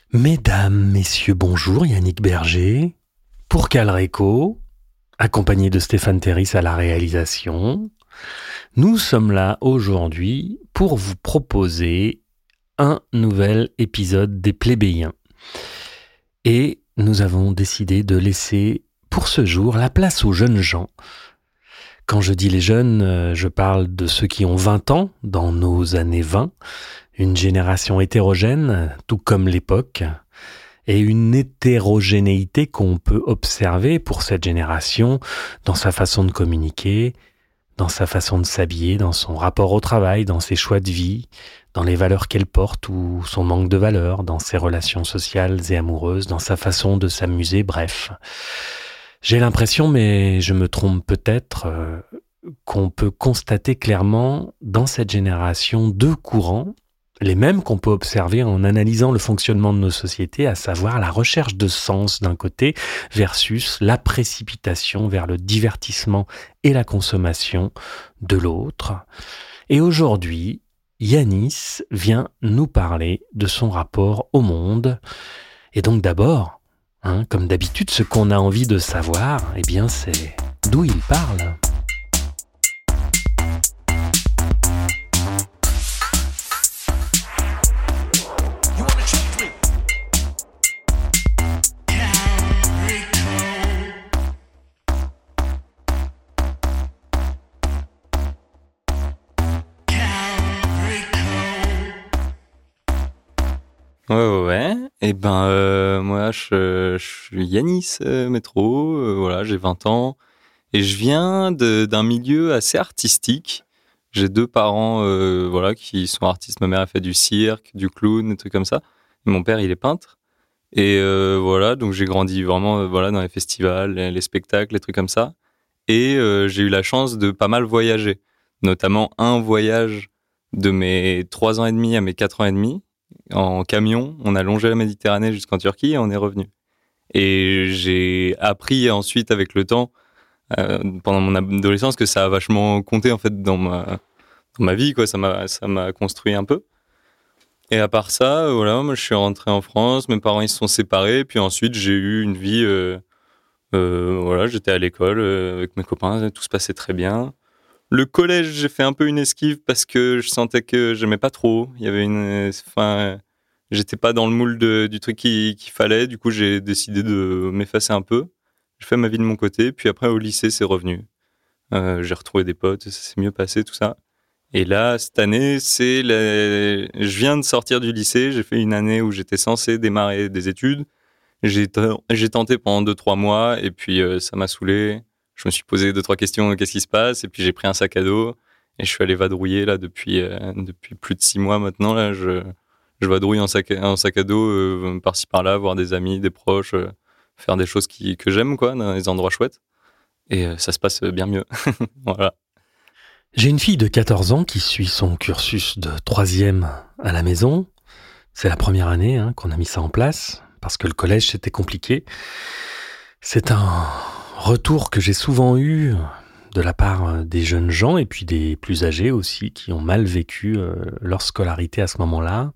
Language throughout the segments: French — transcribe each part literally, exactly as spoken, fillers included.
Mesdames, messieurs, bonjour, Yannick Berger, pour Calreco, accompagné de Stéphane Terris à la réalisation. Nous sommes là aujourd'hui pour vous proposer un nouvel épisode des Plébéiens. Et nous avons décidé de laisser pour ce jour la place aux jeunes gens. Quand je dis les jeunes, je parle de ceux qui ont vingt ans, dans nos années vingt, une génération hétérogène, tout comme l'époque, et une hétérogénéité qu'on peut observer pour cette génération dans sa façon de communiquer, dans sa façon de s'habiller, dans son rapport au travail, dans ses choix de vie, dans les valeurs qu'elle porte ou son manque de valeurs, dans ses relations sociales et amoureuses, dans sa façon de s'amuser, bref. J'ai l'impression, mais je me trompe peut-être, euh, qu'on peut constater clairement dans cette génération deux courants, les mêmes qu'on peut observer en analysant le fonctionnement de nos sociétés, à savoir la recherche de sens d'un côté versus la précipitation vers le divertissement et la consommation de l'autre. Et aujourd'hui, Yanis vient nous parler de son rapport au monde. Et donc d'abord, hein, comme d'habitude, ce qu'on a envie de savoir, eh bien c'est d'où il parle. Ouais, ouais, ouais. Et ben, euh, moi, je, je suis Yanis euh, Métro. Euh, voilà, j'ai vingt ans et je viens de, d'un milieu assez artistique. J'ai deux parents, euh, voilà, qui sont artistes. Ma mère a fait du cirque, du clown, des trucs comme ça. Et mon père, il est peintre. Et euh, voilà, donc j'ai grandi vraiment, euh, voilà, dans les festivals, les, les spectacles, les trucs comme ça. Et euh, j'ai eu la chance de pas mal voyager, notamment un voyage de mes trois ans et demi à mes quatre ans et demi. En camion, on a longé la Méditerranée jusqu'en Turquie et on est revenu. Et j'ai appris ensuite avec le temps, euh, pendant mon adolescence, que ça a vachement compté en fait dans ma, dans ma vie, quoi. Ça m'a, ça m'a construit un peu. Et à part ça, euh, voilà, moi je suis rentré en France, mes parents ils se sont séparés, puis ensuite j'ai eu une vie, euh, euh, voilà, j'étais à l'école euh, avec mes copains, tout se passait très bien. Le collège, j'ai fait un peu une esquive parce que je sentais que j'aimais pas trop. Il y avait une, enfin, j'étais pas dans le moule de, du truc qu'il, qu'il fallait. Du coup, j'ai décidé de m'effacer un peu. Je fais ma vie de mon côté. Puis après, au lycée, c'est revenu. Euh, j'ai retrouvé des potes, ça s'est mieux passé, tout ça. Et là, cette année, c'est la... je viens de sortir du lycée. J'ai fait une année où j'étais censé démarrer des études. J'ai, t- j'ai tenté pendant deux, trois mois et puis euh, ça m'a saoulé. Je me suis posé deux, trois questions, qu'est-ce qui se passe? Et puis j'ai pris un sac à dos et je suis allé vadrouiller là depuis, euh, depuis plus de six mois maintenant. Là, je, je vadrouille en sac, en sac à dos euh, par-ci par-là, voir des amis, des proches, euh, faire des choses qui, que j'aime, quoi, dans des endroits chouettes. Et euh, ça se passe bien mieux. Voilà. J'ai une fille de quatorze ans qui suit son cursus de troisième à la maison. C'est la première année hein, qu'on a mis ça en place, parce que le collège c'était compliqué. C'est un retour que j'ai souvent eu de la part des jeunes gens et puis des plus âgés aussi qui ont mal vécu euh, leur scolarité à ce moment-là.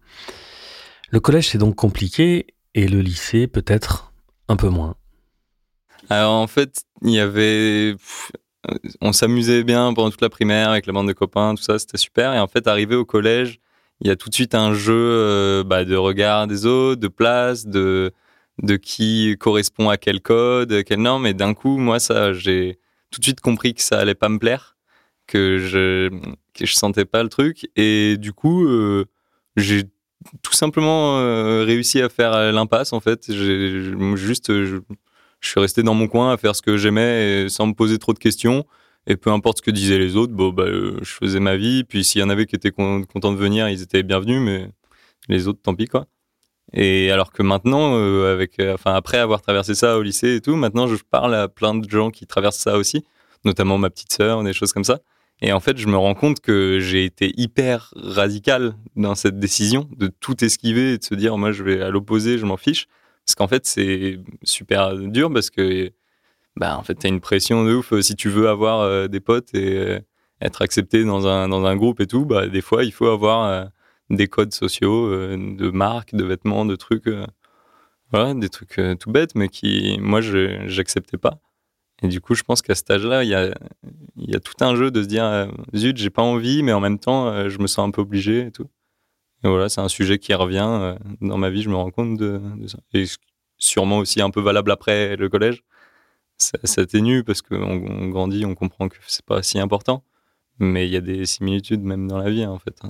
Le collège c'est donc compliqué et le lycée peut-être un peu moins. Alors en fait, il y avait... pff, on s'amusait bien pendant toute la primaire avec la bande de copains, tout ça, c'était super. Et en fait, arrivé au collège, il y a tout de suite un jeu euh, bah, de regard des autres, de place, de, de qui correspond à quel code, quelle norme. Et d'un coup, moi, ça, j'ai tout de suite compris que ça allait pas me plaire, que je que je sentais pas le truc. Et du coup, euh, j'ai tout simplement euh, réussi à faire l'impasse. En fait, j'ai juste, je, je suis resté dans mon coin à faire ce que j'aimais et sans me poser trop de questions. Et peu importe ce que disaient les autres, bon, bah, euh, je faisais ma vie. Puis s'il y en avait qui étaient con- contents de venir, ils étaient bienvenus, mais les autres, tant pis, quoi. Et alors que maintenant, euh, avec, euh, enfin, après avoir traversé ça au lycée et tout, maintenant, je parle à plein de gens qui traversent ça aussi, notamment ma petite sœur, des choses comme ça. Et en fait, je me rends compte que j'ai été hyper radical dans cette décision de tout esquiver et de se dire, moi, je vais à l'opposé, je m'en fiche. Parce qu'en fait, c'est super dur parce que, bah, en fait, t'as une pression de ouf. Si tu veux avoir euh, des potes et euh, être accepté dans un, dans un groupe et tout, bah, des fois, il faut avoir euh, des codes sociaux, euh, de marques, de vêtements, de trucs. euh. Voilà, des trucs euh, tout bêtes, mais qui, moi, je j'acceptais pas. Et du coup, je pense qu'à cet âge-là, il y a, il y a tout un jeu de se dire euh, zut, j'ai pas envie, mais en même temps, euh, je me sens un peu obligé et tout. Et voilà, c'est un sujet qui revient euh, dans ma vie, je me rends compte de, de ça. Et sûrement aussi un peu valable après le collège. Ça s'atténue parce qu'on on grandit, on comprend que c'est pas si important. Mais il y a des similitudes même dans la vie, en fait.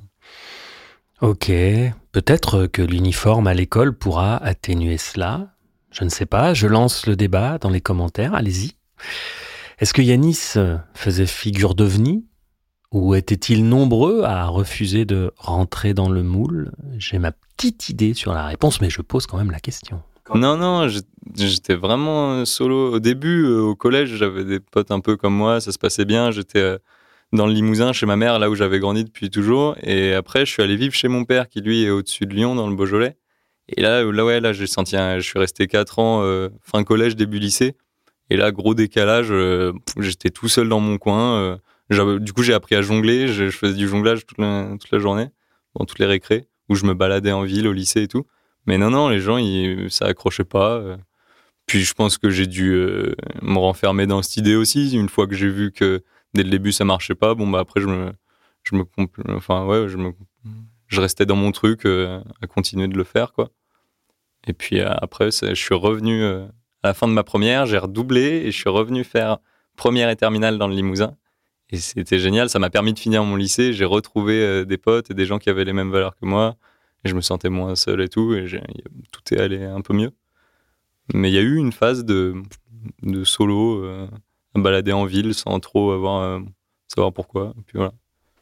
Ok, peut-être que l'uniforme à l'école pourra atténuer cela. Je ne sais pas, je lance le débat dans les commentaires, allez-y. Est-ce que Yanis faisait figure d'ovni? Ou étaient-ils nombreux à refuser de rentrer dans le moule? J'ai ma petite idée sur la réponse, mais je pose quand même la question. Non, non, j'étais vraiment solo. Au début, au collège, j'avais des potes un peu comme moi, ça se passait bien. J'étais dans le Limousin, chez ma mère, là où j'avais grandi depuis toujours. Et après, je suis allé vivre chez mon père, qui lui est au-dessus de Lyon, dans le Beaujolais. Et là, là, ouais, là, j'ai senti un... je suis resté quatre ans, euh, fin collège, début lycée. Et là, gros décalage, euh, j'étais tout seul dans mon coin. Euh, du coup, j'ai appris à jongler. Je, je faisais du jonglage toute la, toute la journée, dans toutes les récrés, où je me baladais en ville, au lycée et tout. Mais non, non, les gens, ils, ça accrochait pas. Euh. Puis je pense que j'ai dû euh, me renfermer dans cette idée aussi. Une fois que j'ai vu que dès le début, ça marchait pas, bon, bah après, je me, je me, enfin, ouais, je me, je restais dans mon truc euh, à continuer de le faire, quoi. Et puis euh, après, je suis revenu euh, à la fin de ma première, j'ai redoublé et je suis revenu faire première et terminale dans le Limousin. Et c'était génial, ça m'a permis de finir mon lycée. J'ai retrouvé euh, des potes et des gens qui avaient les mêmes valeurs que moi. Et je me sentais moins seul et tout. Et j'ai, tout est allé un peu mieux. Mais il y a eu une phase de, de solo, euh, à balader en ville sans trop avoir, euh, savoir pourquoi. Et puis voilà.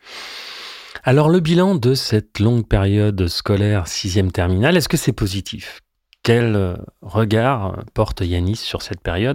Alors le bilan de cette longue période scolaire sixième terminale, est-ce que c'est positif? Quel regard porte Yanis sur cette période?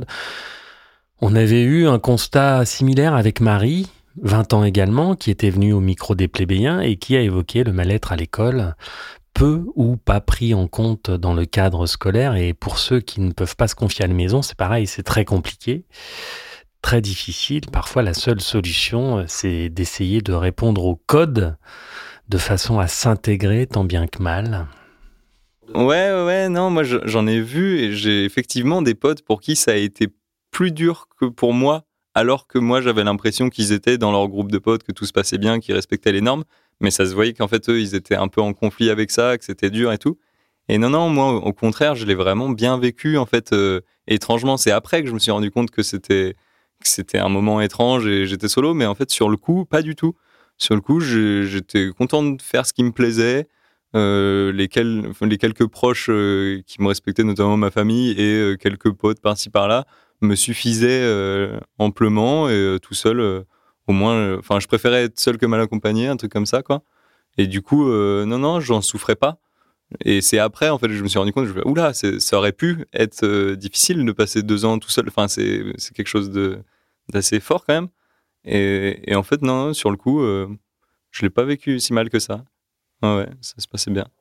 On avait eu un constat similaire avec Marie, vingt ans également, qui était venue au micro des plébéiens et qui a évoqué le mal-être à l'école, peu ou pas pris en compte dans le cadre scolaire. Et pour ceux qui ne peuvent pas se confier à la maison, c'est pareil, c'est très compliqué, très difficile. Parfois, la seule solution, c'est d'essayer de répondre au code de façon à s'intégrer tant bien que mal. Ouais, ouais, non, moi j'en ai vu et j'ai effectivement des potes pour qui ça a été plus dur que pour moi, alors que moi j'avais l'impression qu'ils étaient dans leur groupe de potes, que tout se passait bien, qu'ils respectaient les normes, mais ça se voyait qu'en fait eux ils étaient un peu en conflit avec ça, que c'était dur et tout. Et non, non, moi au contraire, je l'ai vraiment bien vécu en fait. Euh, étrangement, c'est après que je me suis rendu compte que c'était que c'était un moment étrange et j'étais solo, mais en fait sur le coup, pas du tout. Sur le coup, j'étais content de faire ce qui me plaisait. Euh, les, quel, les quelques proches euh, qui me respectaient, notamment ma famille et euh, quelques potes par-ci par-là, me suffisaient euh, amplement et euh, tout seul, euh, au moins, enfin, euh, je préférais être seul que mal accompagné, un truc comme ça, quoi. Et du coup, euh, non, non, j'en souffrais pas. Et c'est après, en fait, je me suis rendu compte, je me suis dit, oula, ça aurait pu être euh, difficile de passer deux ans tout seul. Enfin, c'est, c'est quelque chose de, d'assez fort quand même. Et, et en fait, non, sur le coup, euh, je l'ai pas vécu si mal que ça. Ah ouais, ça se passait bien.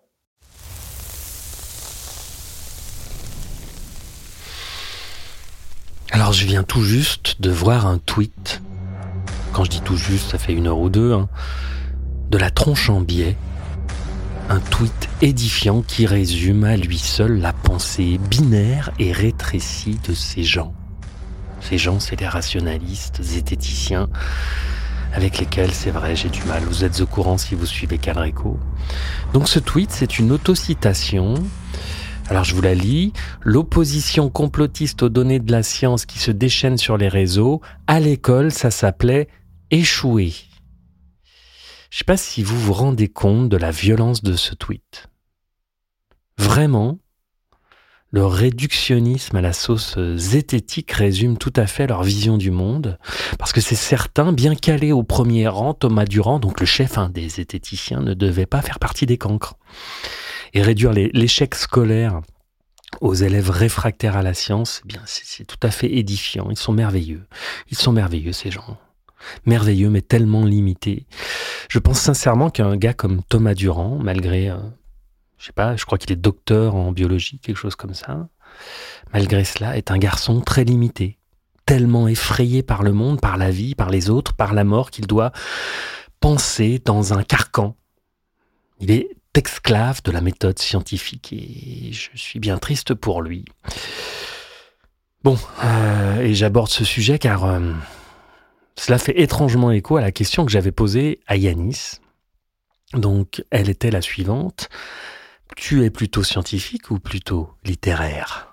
Alors je viens tout juste de voir un tweet, quand je dis tout juste, ça fait une heure ou deux, hein, de la tronche en biais, un tweet édifiant qui résume à lui seul la pensée binaire et rétrécie de ces gens. Ces gens, c'est les rationalistes, zététiciens, avec lesquels, c'est vrai, j'ai du mal. Vous êtes au courant si vous suivez Calreco. Donc ce tweet, c'est une autocitation. Alors je vous la lis. L'opposition complotiste aux données de la science qui se déchaîne sur les réseaux, à l'école, ça s'appelait « échouer ». Je ne sais pas si vous vous rendez compte de la violence de ce tweet. Vraiment, le réductionnisme à la sauce zététique résume tout à fait leur vision du monde, parce que c'est certain, bien calé au premier rang, Thomas Durand, donc le chef hein, des zététiciens, ne devait pas faire partie des cancres. Et réduire les, l'échec scolaire aux élèves réfractaires à la science, eh bien c'est, c'est tout à fait édifiant. Ils sont merveilleux. Ils sont merveilleux, ces gens. Merveilleux, mais tellement limités. Je pense sincèrement qu'un gars comme Thomas Durand, malgré... Euh, je sais pas, je crois qu'il est docteur en biologie, quelque chose comme ça, malgré cela, est un garçon très limité, tellement effrayé par le monde, par la vie, par les autres, par la mort, qu'il doit penser dans un carcan. Il est esclave de la méthode scientifique et je suis bien triste pour lui. Bon, euh, et j'aborde ce sujet car euh, cela fait étrangement écho à la question que j'avais posée à Yanis. Donc, elle était la suivante. Tu es plutôt scientifique ou plutôt littéraire ?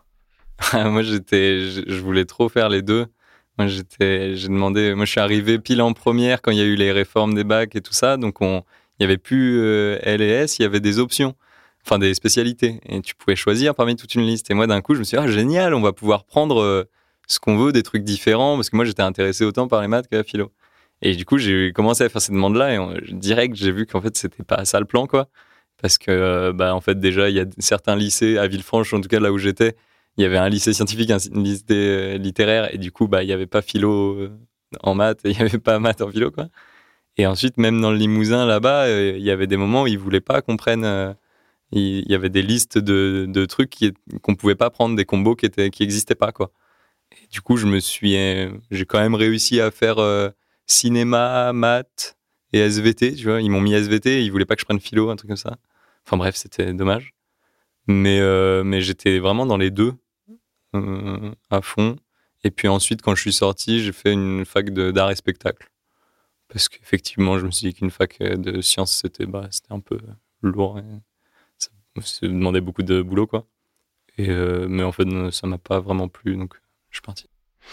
Moi, j'étais, je, je voulais trop faire les deux. Moi, j'étais, j'ai demandé. Moi, je suis arrivé pile en première quand il y a eu les réformes des bacs et tout ça. Donc, on, il y avait plus euh, L et S, il y avait des options, enfin des spécialités, et tu pouvais choisir parmi toute une liste. Et moi, d'un coup, je me suis dit, ah, génial, on va pouvoir prendre euh, ce qu'on veut, des trucs différents, parce que moi, j'étais intéressé autant par les maths que la philo. Et du coup, j'ai commencé à faire ces demandes-là, et on, direct, j'ai vu qu'en fait, c'était pas ça le plan, quoi. Parce que, euh, bah, en fait, déjà, il y a certains lycées à Villefranche, en tout cas là où j'étais, il y avait un lycée scientifique, un lycée euh, littéraire, et du coup, bah, il y avait pas philo euh, en maths, et il y avait pas maths en philo, quoi. Et ensuite, même dans le Limousin, là-bas, euh, il y avait des moments où ils voulaient pas qu'on prenne. Euh, il y avait des listes de, de trucs qui, qu'on pouvait pas prendre, des combos qui étaient, qui existaient pas, quoi. Et du coup, je me suis, euh, j'ai quand même réussi à faire euh, cinéma, maths et S V T. Tu vois, ils m'ont mis S V T, et ils voulaient pas que je prenne philo, un truc comme ça. Enfin bref, c'était dommage. Mais euh, mais j'étais vraiment dans les deux euh, à fond. Et puis ensuite, quand je suis sorti, j'ai fait une fac de, d'art et spectacle. Parce qu'effectivement, je me suis dit qu'une fac de sciences, c'était, bah, c'était un peu lourd. Et ça, ça demandait beaucoup de boulot, quoi. Et, euh, mais en fait, ça m'a pas vraiment plu, donc je suis parti.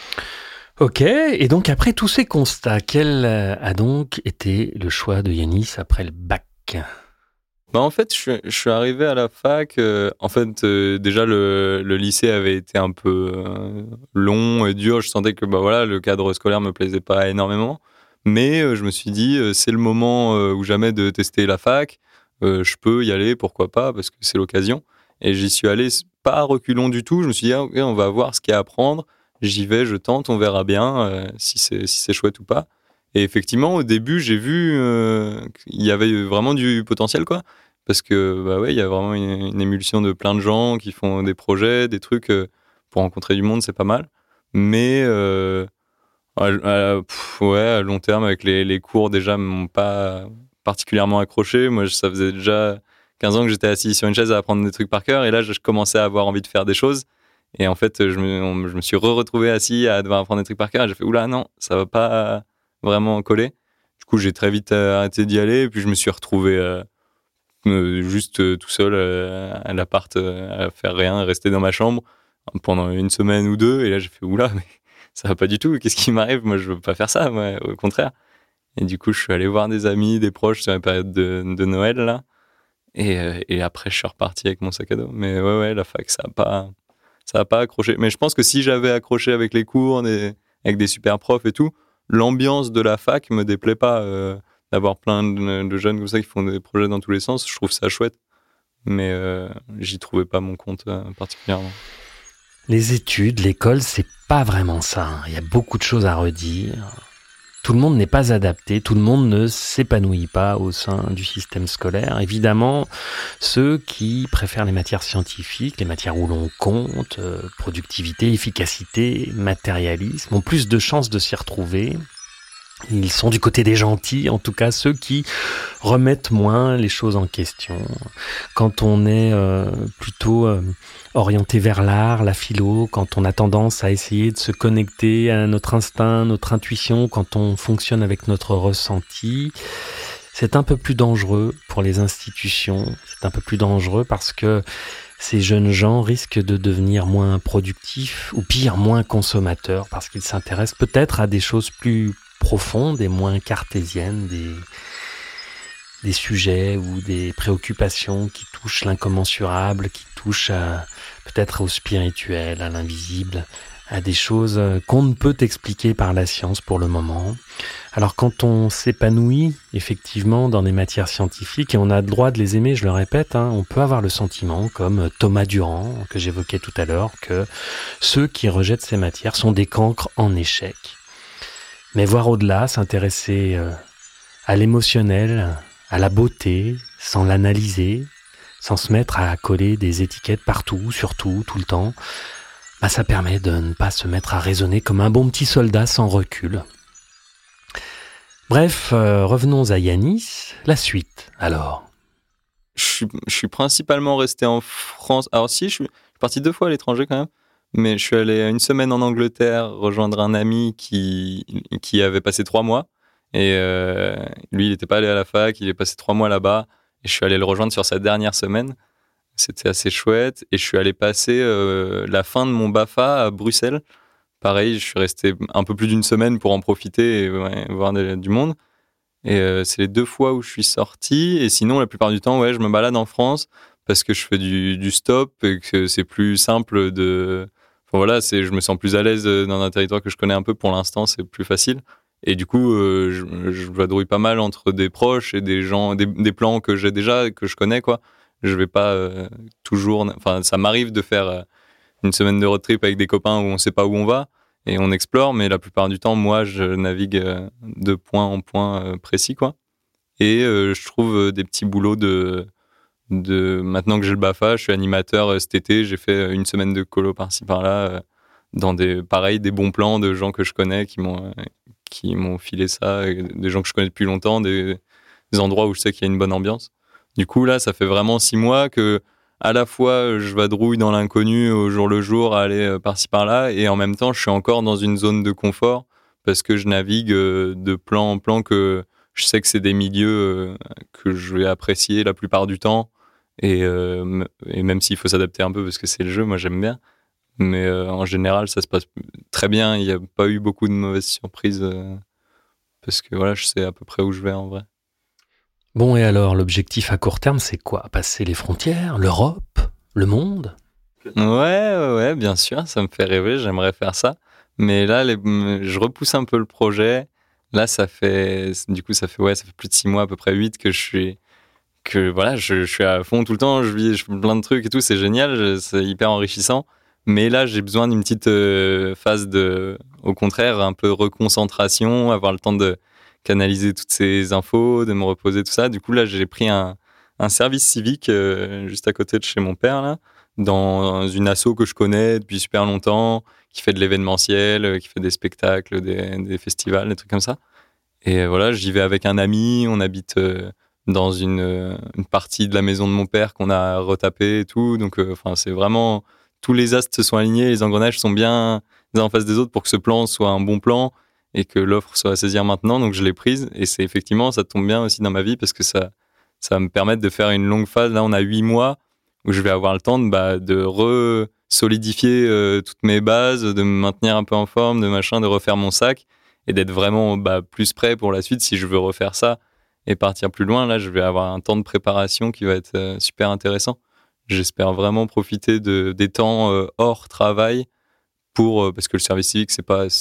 Ok, et donc après tous ces constats, quel a donc été le choix de Yanis après le bac ? Bah en fait, je suis, je suis arrivé à la fac. Euh, en fait, euh, déjà, le, le lycée avait été un peu euh, long et dur. Je sentais que bah, voilà, le cadre scolaire me plaisait pas énormément. Mais euh, je me suis dit, euh, c'est le moment euh, ou jamais de tester la fac. Euh, je peux y aller, pourquoi pas, parce que c'est l'occasion. Et j'y suis allé pas à reculons du tout. Je me suis dit, ah, okay, on va voir ce qu'il y a à apprendre. J'y vais, je tente, on verra bien euh, si, c'est, si c'est chouette ou pas. Et effectivement, au début, j'ai vu euh, qu'il y avait vraiment du potentiel, quoi. Parce que, bah ouais, il y a vraiment une, une émulsion de plein de gens qui font des projets, des trucs. Euh, pour rencontrer du monde, c'est pas mal. Mais... Euh, À, à, pff, ouais, à long terme, avec les, les cours, déjà, m'ont pas particulièrement accroché. Moi, ça faisait déjà quinze ans que j'étais assis sur une chaise à apprendre des trucs par cœur. Et là, je commençais à avoir envie de faire des choses. Et en fait, je me, on, je me suis re-retrouvé assis à devoir apprendre des trucs par cœur. Et j'ai fait, oula, non, ça va pas vraiment coller. Du coup, j'ai très vite arrêté d'y aller. Et puis, je me suis retrouvé euh, euh, juste euh, tout seul euh, à l'appart, euh, à faire rien, à rester dans ma chambre pendant une semaine ou deux. Et là, j'ai fait, oula, mais ça va pas du tout, qu'est-ce qui m'arrive? Moi, je veux pas faire ça, moi, au contraire. Et du coup, je suis allé voir des amis, des proches sur la période de, de Noël, là. Et, euh, et après, je suis reparti avec mon sac à dos. Mais ouais, ouais, la fac, ça a pas, ça a pas accroché. Mais je pense que si j'avais accroché avec les cours, des, avec des super profs et tout, l'ambiance de la fac me déplaît pas. Euh, d'avoir plein de, de jeunes comme ça qui font des projets dans tous les sens, je trouve ça chouette. Mais euh, j'y trouvais pas mon compte euh, particulièrement. Les études, l'école, c'est pas vraiment ça. Il y a beaucoup de choses à redire. Tout le monde n'est pas adapté, tout le monde ne s'épanouit pas au sein du système scolaire. Évidemment, ceux qui préfèrent les matières scientifiques, les matières où l'on compte, euh, productivité, efficacité, matérialisme, ont plus de chances de s'y retrouver. Ils sont du côté des gentils, en tout cas ceux qui remettent moins les choses en question. Quand on est euh, plutôt euh, orienté vers l'art, la philo, quand on a tendance à essayer de se connecter à notre instinct, notre intuition, quand on fonctionne avec notre ressenti, c'est un peu plus dangereux pour les institutions, c'est un peu plus dangereux parce que ces jeunes gens risquent de devenir moins productifs ou pire, moins consommateurs parce qu'ils s'intéressent peut-être à des choses plus profondes et moins cartésiennes, des, des sujets ou des préoccupations qui touchent l'incommensurable, qui touchent à, peut-être au spirituel, à l'invisible, à des choses qu'on ne peut expliquer par la science pour le moment. Alors quand on s'épanouit effectivement dans des matières scientifiques, et on a le droit de les aimer, je le répète, hein, on peut avoir le sentiment, comme Thomas Durand, que j'évoquais tout à l'heure, que ceux qui rejettent ces matières sont des cancres en échec. Mais voir au-delà, s'intéresser à l'émotionnel, à la beauté, sans l'analyser, sans se mettre à coller des étiquettes partout, surtout, tout le temps, bah ça permet de ne pas se mettre à raisonner comme un bon petit soldat sans recul. Bref, euh, revenons à Yanis. La suite, alors. je suis, je suis principalement resté en France. Alors si, je suis, je suis parti deux fois à l'étranger quand même, mais je suis allé une semaine en Angleterre rejoindre un ami qui, qui avait passé trois mois. Et euh, lui, il n'était pas allé à la fac, il est passé trois mois là-bas. Et je suis allé le rejoindre sur sa dernière semaine. C'était assez chouette. Et je suis allé passer euh, la fin de mon BAFA à Bruxelles. Pareil, je suis resté un peu plus d'une semaine pour en profiter et ouais, voir de, du monde. Et euh, c'est les deux fois où je suis sorti. Et sinon, la plupart du temps, ouais, je me balade en France parce que je fais du, du stop et que c'est plus simple de... Enfin, voilà, c'est, je me sens plus à l'aise dans un territoire que je connais un peu pour l'instant, c'est plus facile. Et du coup, euh, je, je vadrouille pas mal entre des proches et des gens, des, des plans que j'ai déjà, que je connais, quoi. Je vais pas euh, toujours... Enfin, ça m'arrive de faire euh, une semaine de road trip avec des copains où on sait pas où on va et on explore, mais la plupart du temps, moi, je navigue euh, de point en point euh, précis, quoi. Et euh, je trouve des petits boulots de... de maintenant que j'ai le BAFA, je suis animateur euh, cet été, j'ai fait une semaine de colo par-ci par-là, euh, dans des, pareil, des bons plans de gens que je connais qui m'ont, euh, qui m'ont filé ça, des gens que je connais depuis longtemps, des, des endroits où je sais qu'il y a une bonne ambiance. Du coup, là, ça fait vraiment six mois que, à la fois, je vadrouille dans l'inconnu au jour le jour, à aller par-ci par-là, et en même temps, je suis encore dans une zone de confort parce que je navigue de plan en plan, que je sais que c'est des milieux que je vais apprécier la plupart du temps, et, euh, et même s'il faut s'adapter un peu parce que c'est le jeu, moi j'aime bien. Mais euh, en général, ça se passe très bien. Il n'y a pas eu beaucoup de mauvaises surprises euh, parce que voilà, je sais à peu près où je vais en vrai. Bon, et alors, l'objectif à court terme, c'est quoi? Passer les frontières, l'Europe, le monde? Ouais, ouais, ouais, bien sûr, ça me fait rêver, j'aimerais faire ça. Mais là, les, je repousse un peu le projet. Là, ça fait, du coup, ça fait, ouais, ça fait plus de six mois, à peu près huit, que je suis, que voilà, je, je suis à fond tout le temps, je vis, je fais plein de trucs et tout, c'est génial, je, c'est hyper enrichissant. Mais là, j'ai besoin d'une petite euh, phase de, au contraire, un peu reconcentration, avoir le temps de canaliser toutes ces infos, de me reposer, tout ça. Du coup, là, j'ai pris un, un service civique euh, juste à côté de chez mon père, là, dans une asso que je connais depuis super longtemps, qui fait de l'événementiel, euh, qui fait des spectacles, des, des festivals, des trucs comme ça. Et euh, voilà, j'y vais avec un ami, on habite euh, dans une, euh, une partie de la maison de mon père qu'on a retapé et tout. Donc, enfin, euh, c'est vraiment... Tous les astres se sont alignés, les engrenages sont bien les uns en face des autres pour que ce plan soit un bon plan et que l'offre soit à saisir maintenant. Donc, je l'ai prise. Et c'est effectivement, ça tombe bien aussi dans ma vie parce que ça, ça va me permettre de faire une longue phase. Là, on a huit mois où je vais avoir le temps de, bah, de re-solidifier euh, toutes mes bases, de me maintenir un peu en forme, de machin, de refaire mon sac et d'être vraiment bah, plus prêt pour la suite si je veux refaire ça et partir plus loin. Là, je vais avoir un temps de préparation qui va être euh, super intéressant. J'espère vraiment profiter de, des temps euh, hors travail pour, euh, parce que le service civique, c'est pas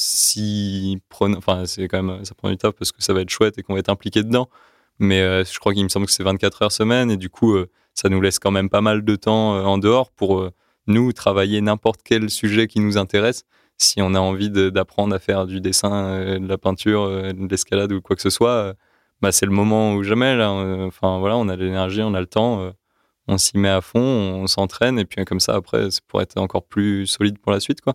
si prenant, enfin, c'est quand même, ça prend du temps parce que ça va être chouette et qu'on va être impliqué dedans. Mais euh, je crois qu'il me semble que c'est vingt-quatre heures semaine et du coup, euh, ça nous laisse quand même pas mal de temps euh, en dehors pour euh, nous travailler n'importe quel sujet qui nous intéresse. Si on a envie de, d'apprendre à faire du dessin, euh, de la peinture, euh, de l'escalade ou quoi que ce soit, euh, bah, c'est le moment ou jamais, là. Enfin, voilà, on a l'énergie, on a le temps. Euh, on s'y met à fond, on s'entraîne, et puis comme ça, après, c'est pour être encore plus solide pour la suite, quoi.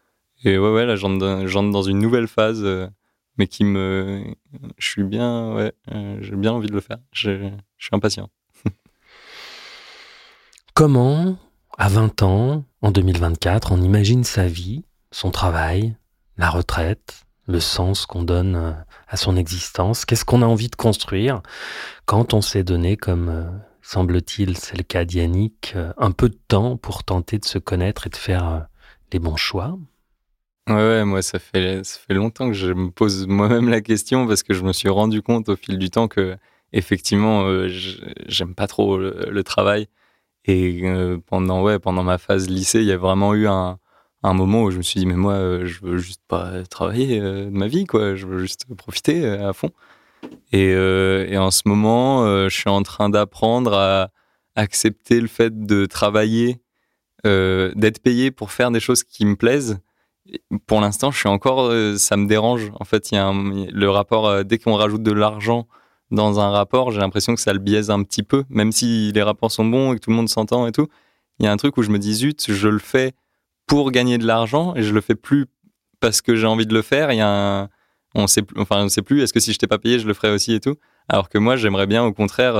Et ouais, ouais, là, j'entre, j'entre dans une nouvelle phase, euh, mais qui me... Je suis bien, ouais, euh, j'ai bien envie de le faire. Je, je suis impatient. Comment, à vingt ans, en deux mille vingt-quatre, on imagine sa vie, son travail, la retraite, le sens qu'on donne à son existence? Qu'est-ce qu'on a envie de construire quand on s'est donné, comme euh, semble-t-il, c'est le cas d'Yannick, euh, un peu de temps pour tenter de se connaître et de faire euh, les bons choix? Ouais, ouais, moi, ça fait, ça fait longtemps que je me pose moi-même la question parce que je me suis rendu compte au fil du temps que, effectivement, euh, j'aime pas trop le, le travail. Et euh, pendant, ouais, pendant ma phase lycée, il y a vraiment eu un, un moment où je me suis dit, mais moi, euh, je veux juste pas travailler euh, de ma vie, quoi. Je veux juste profiter euh, à fond. Et, euh, et en ce moment, euh, je suis en train d'apprendre à accepter le fait de travailler, euh, d'être payé pour faire des choses qui me plaisent. Pour l'instant, je suis encore, euh, ça me dérange. En fait, il y a un, le rapport, euh, dès qu'on rajoute de l'argent dans un rapport, j'ai l'impression que ça le biaise un petit peu, même si les rapports sont bons et que tout le monde s'entend et tout. Il y a un truc où je me dis, zut, je le fais pour gagner de l'argent et je le fais plus parce que j'ai envie de le faire. Il y a un, on sait, enfin, on sait plus, est-ce que si je t'ai pas payé, je le ferais aussi et tout. Alors que moi, j'aimerais bien, au contraire, euh,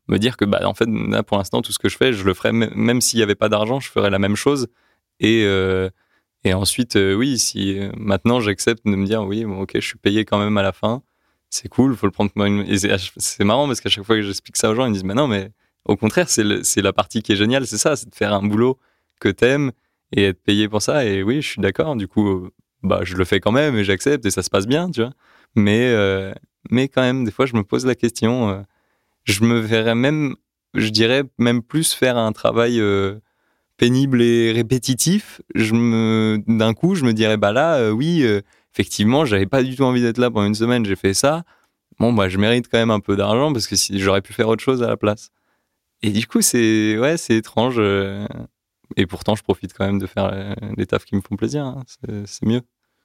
me dire que bah en fait là pour l'instant tout ce que je fais, je le ferais m- même s'il y avait pas d'argent, je ferais la même chose. Et euh, et ensuite euh, oui, si euh, maintenant j'accepte de me dire oui, bon, ok, je suis payé quand même à la fin, c'est cool, faut le prendre comme une... Et c'est, c'est marrant parce qu'à chaque fois que j'explique ça aux gens, ils me disent mais non, mais au contraire, c'est le, c'est la partie qui est géniale, c'est ça, c'est de faire un boulot que t'aimes et être payé pour ça. Et oui, je suis d'accord. Du coup, euh, bah je le fais quand même et j'accepte et ça se passe bien, tu vois. Mais euh, mais quand même, des fois, je me pose la question. Euh, je me verrais même, je dirais même plus faire un travail euh, pénible et répétitif. Je me, d'un coup, je me dirais bah là, euh, oui, euh, effectivement, j'avais pas du tout envie d'être là pendant une semaine. J'ai fait ça. Bon, bah, je mérite quand même un peu d'argent parce que si j'aurais pu faire autre chose à la place. Et du coup, c'est ouais, c'est étrange. euh, Et pourtant, je profite quand même de faire euh, les tafs qui me font plaisir. Hein. C'est, c'est mieux.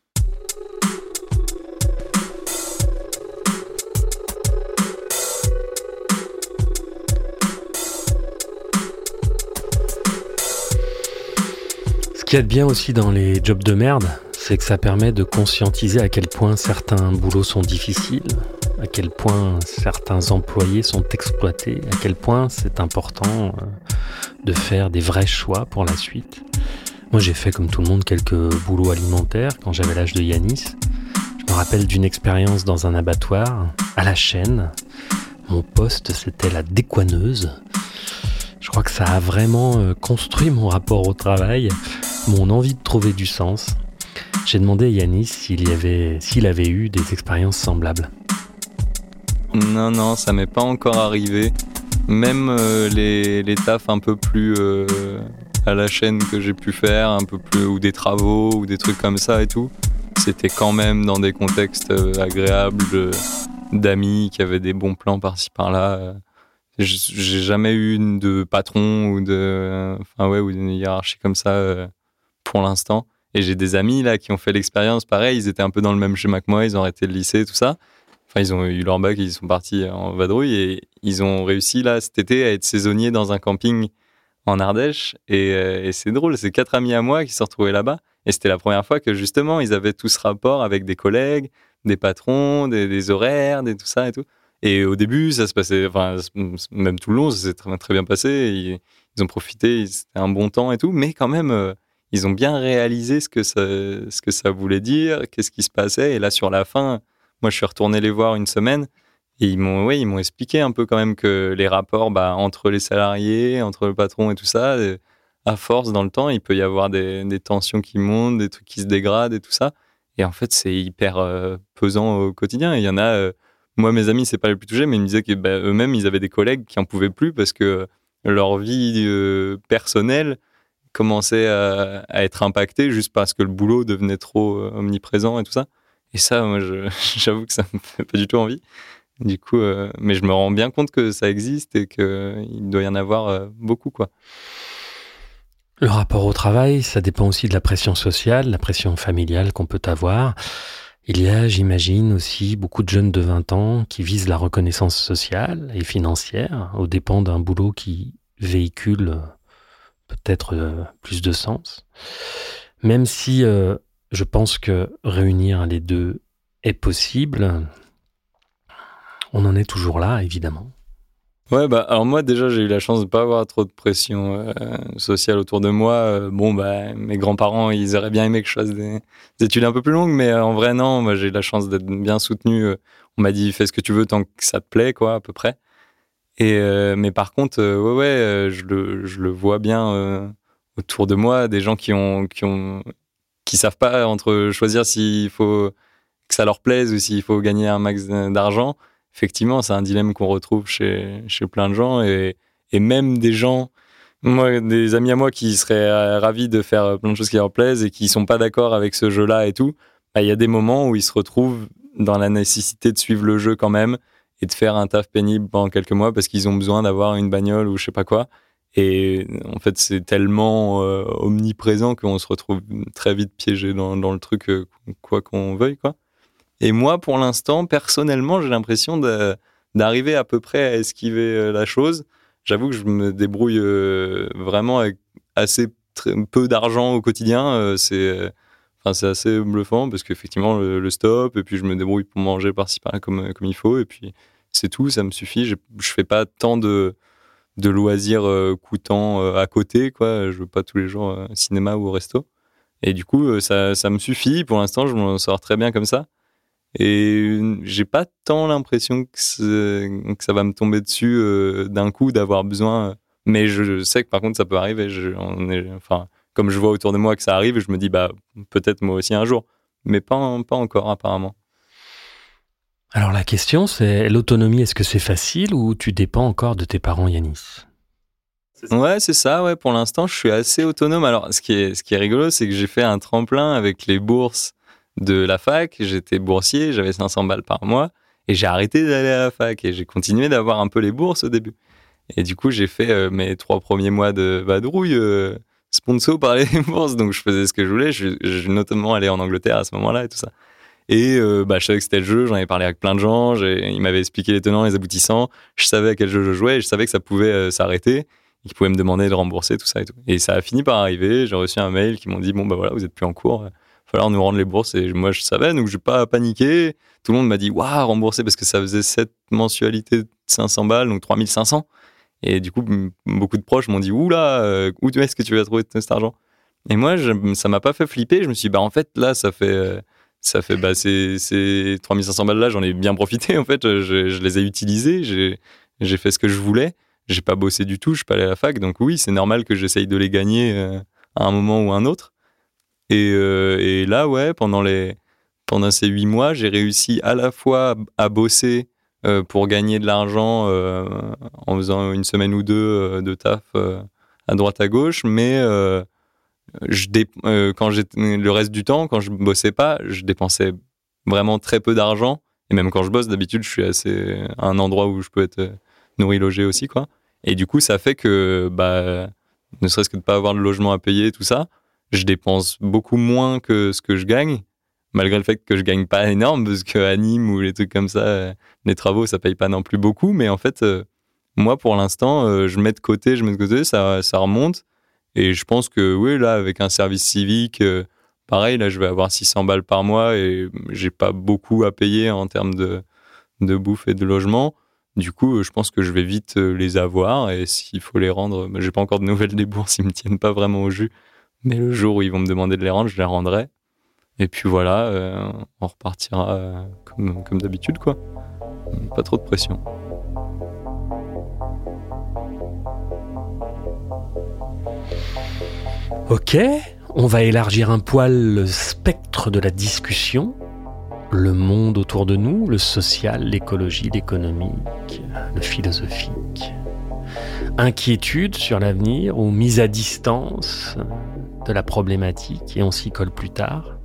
Ce qu'il y a de bien aussi dans les jobs de merde, c'est que ça permet de conscientiser à quel point certains boulots sont difficiles, à quel point certains employés sont exploités, à quel point c'est important euh, de faire des vrais choix pour la suite. Moi, j'ai fait comme tout le monde quelques boulots alimentaires quand j'avais l'âge de Yanis. Je me rappelle d'une expérience dans un abattoir, à la chaîne. Mon poste, c'était la décoineuse. Je crois que ça a vraiment euh, construit mon rapport au travail, mon envie de trouver du sens. J'ai demandé à Yanis s'il y avait, s'il avait eu des expériences semblables. Non, non, ça m'est pas encore arrivé. Même euh, les, les tafs un peu plus euh, à la chaîne que j'ai pu faire, un peu plus, ou des travaux, ou des trucs comme ça et tout, c'était quand même dans des contextes euh, agréables, de, d'amis qui avaient des bons plans par-ci par-là. Euh, j'ai jamais eu de patron ou de, enfin ouais, ou d'une hiérarchie comme ça euh, pour l'instant. Et j'ai des amis là qui ont fait l'expérience, pareil, ils étaient un peu dans le même schéma que moi, ils ont arrêté le lycée, tout ça. Enfin, ils ont eu leur bac, ils sont partis en vadrouille et ils ont réussi là cet été à être saisonniers dans un camping en Ardèche. Et, euh, et c'est drôle, c'est quatre amis à moi qui se sont retrouvés là-bas. Et c'était la première fois que justement ils avaient tout ce rapport avec des collègues, des patrons, des, des horaires, des tout ça et tout. Et au début, ça se passait, enfin même tout le long, ça s'est très, très bien passé. Ils, ils ont profité, c'était un bon temps et tout. Mais quand même, euh, ils ont bien réalisé ce que ça, ce que ça voulait dire, qu'est-ce qui se passait. Et là, sur la fin, moi, je suis retourné les voir une semaine et ils m'ont, ouais, ils m'ont expliqué un peu quand même que les rapports bah, entre les salariés, entre le patron et tout ça, et à force, dans le temps, il peut y avoir des, des tensions qui montent, des trucs qui se dégradent et tout ça. Et en fait, c'est hyper euh, pesant au quotidien. Il y en a, euh, moi, mes amis, c'est pas les plus touchés, mais ils me disaient que bah, eux-mêmes, ils avaient des collègues qui en pouvaient plus parce que leur vie euh, personnelle commençait à, à être impactée juste parce que le boulot devenait trop euh, omniprésent et tout ça. Et ça, moi, je, j'avoue que ça me fait pas du tout envie. Du coup, euh, mais je me rends bien compte que ça existe et qu'il doit y en avoir euh, beaucoup, quoi. Le rapport au travail, ça dépend aussi de la pression sociale, la pression familiale qu'on peut avoir. Il y a, j'imagine, aussi beaucoup de jeunes de vingt ans qui visent la reconnaissance sociale et financière aux dépens d'un boulot qui véhicule peut-être euh, plus de sens. Même si euh, je pense que réunir les deux est possible, on en est toujours là, évidemment. Ouais, bah, alors moi, déjà, j'ai eu la chance de pas avoir trop de pression euh, sociale autour de moi. Euh, bon, bah, mes grands-parents, ils auraient bien aimé que je fasse des, des études un peu plus longues, mais euh, en vrai, non, moi, j'ai eu la chance d'être bien soutenu. Euh, on m'a dit, fais ce que tu veux tant que ça te plaît, quoi, à peu près. Et, euh, mais par contre, euh, ouais, ouais, euh, je le, je le vois bien euh, autour de moi, des gens qui ont, qui ont, qui savent pas entre choisir s'il faut que ça leur plaise ou s'il faut gagner un max d'argent. Effectivement, c'est un dilemme qu'on retrouve chez, chez plein de gens et, et même des gens, moi, des amis à moi qui seraient ravis de faire plein de choses qui leur plaisent et qui sont pas d'accord avec ce jeu-là et tout. Bah, il y a des moments où ils se retrouvent dans la nécessité de suivre le jeu quand même et de faire un taf pénible pendant quelques mois parce qu'ils ont besoin d'avoir une bagnole ou je sais pas quoi. Et en fait, c'est tellement euh, omniprésent qu'on se retrouve très vite piégé dans, dans le truc, euh, quoi qu'on veuille, quoi. Et moi, pour l'instant, personnellement, j'ai l'impression de, d'arriver à peu près à esquiver euh, la chose. J'avoue que je me débrouille euh, vraiment avec assez très, peu d'argent au quotidien. Euh, c'est, euh, enfin, c'est assez bluffant parce qu'effectivement, le, le stop, et puis je me débrouille pour manger par-ci par-là comme, comme il faut. Et puis, c'est tout, ça me suffit. Je, je fais pas tant de, de loisirs euh, coûtants euh, à côté, quoi. Je veux pas tous les jours euh, cinéma ou au resto. Et du coup, euh, ça, ça me suffit. Pour l'instant, je m'en sors très bien comme ça. Et j'ai pas tant l'impression que, que ça va me tomber dessus euh, d'un coup, d'avoir besoin. Mais je sais que par contre, ça peut arriver. Je, on est, enfin, comme je vois autour de moi que ça arrive, je me dis, bah, peut-être moi aussi un jour. Mais pas, pas encore, apparemment. Alors la question, c'est l'autonomie, est-ce que c'est facile ou tu dépends encore de tes parents, Yanis ? Ouais, c'est ça. Ouais, pour l'instant, je suis assez autonome. Alors, ce qui est, ce qui est rigolo, c'est que j'ai fait un tremplin avec les bourses de la fac. J'étais boursier, j'avais cinq cents balles par mois et j'ai arrêté d'aller à la fac et j'ai continué d'avoir un peu les bourses au début. Et du coup, j'ai fait euh, mes trois premiers mois de vadrouille euh, sponsor par les bourses. Donc, je faisais ce que je voulais. Je, je notamment allé en Angleterre à ce moment-là et tout ça. Et euh, bah, je savais que c'était le jeu, j'en avais parlé avec plein de gens, j'ai, ils m'avaient expliqué les tenants, les aboutissants, je savais à quel jeu je jouais et je savais que ça pouvait euh, s'arrêter, et qu'ils pouvaient me demander de rembourser, tout ça et tout. Et ça a fini par arriver, j'ai reçu un mail qui m'ont dit, bon bah voilà, vous êtes plus en cours, il va falloir nous rendre les bourses, et moi je savais, donc je n'ai pas paniqué, tout le monde m'a dit, waouh, rembourser, parce que ça faisait sept mensualités de cinq cents balles, donc trois mille cinq cents, et du coup, m- beaucoup de proches m'ont dit, oula, euh, où est-ce que tu vas trouver cet argent? Et moi, je, ça m'a pas fait flipper, je me suis dit, bah en fait, là, ça fait... euh, ça fait bah ces, ces trois mille cinq cents balles là, j'en ai bien profité en fait, je, je les ai utilisées, j'ai, j'ai fait ce que je voulais, j'ai pas bossé du tout, je suis pas allé à la fac, donc oui, c'est normal que j'essaye de les gagner euh, à un moment ou à un autre. Et, euh, et là, ouais, pendant, les, pendant ces huit mois, j'ai réussi à la fois à bosser euh, pour gagner de l'argent euh, en faisant une semaine ou deux euh, de taf euh, à droite à gauche, mais euh, je dé- euh, quand j'étais le reste du temps, quand je bossais pas, je dépensais vraiment très peu d'argent. Et même quand je bosse, d'habitude, je suis assez à un endroit où je peux être euh, nourri, logé aussi, quoi. Et du coup, ça fait que, bah, ne serait-ce que de pas avoir de logement à payer, tout ça, je dépense beaucoup moins que ce que je gagne, malgré le fait que je gagne pas énorme, parce que à Nîmes ou les trucs comme ça, euh, les travaux, ça paye pas non plus beaucoup. Mais en fait, euh, moi, pour l'instant, euh, je mets de côté, je mets de côté, ça, ça remonte. Et je pense que oui, là, avec un service civique, euh, pareil, là, je vais avoir six cents balles par mois et j'ai pas beaucoup à payer en termes de, de bouffe et de logement. Du coup, euh, je pense que je vais vite euh, les avoir et s'il faut les rendre, bah, j'ai pas encore de nouvelles des bourses, ils me tiennent pas vraiment au jus. Mais le jour où ils vont me demander de les rendre, je les rendrai. Et puis voilà, euh, on repartira euh, comme, comme d'habitude, quoi. Pas trop de pression. Ok, on va élargir un poil le spectre de la discussion. Le monde autour de nous, le social, l'écologie, l'économique, le philosophique. Inquiétude sur l'avenir ou mise à distance de la problématique et on s'y colle plus tard.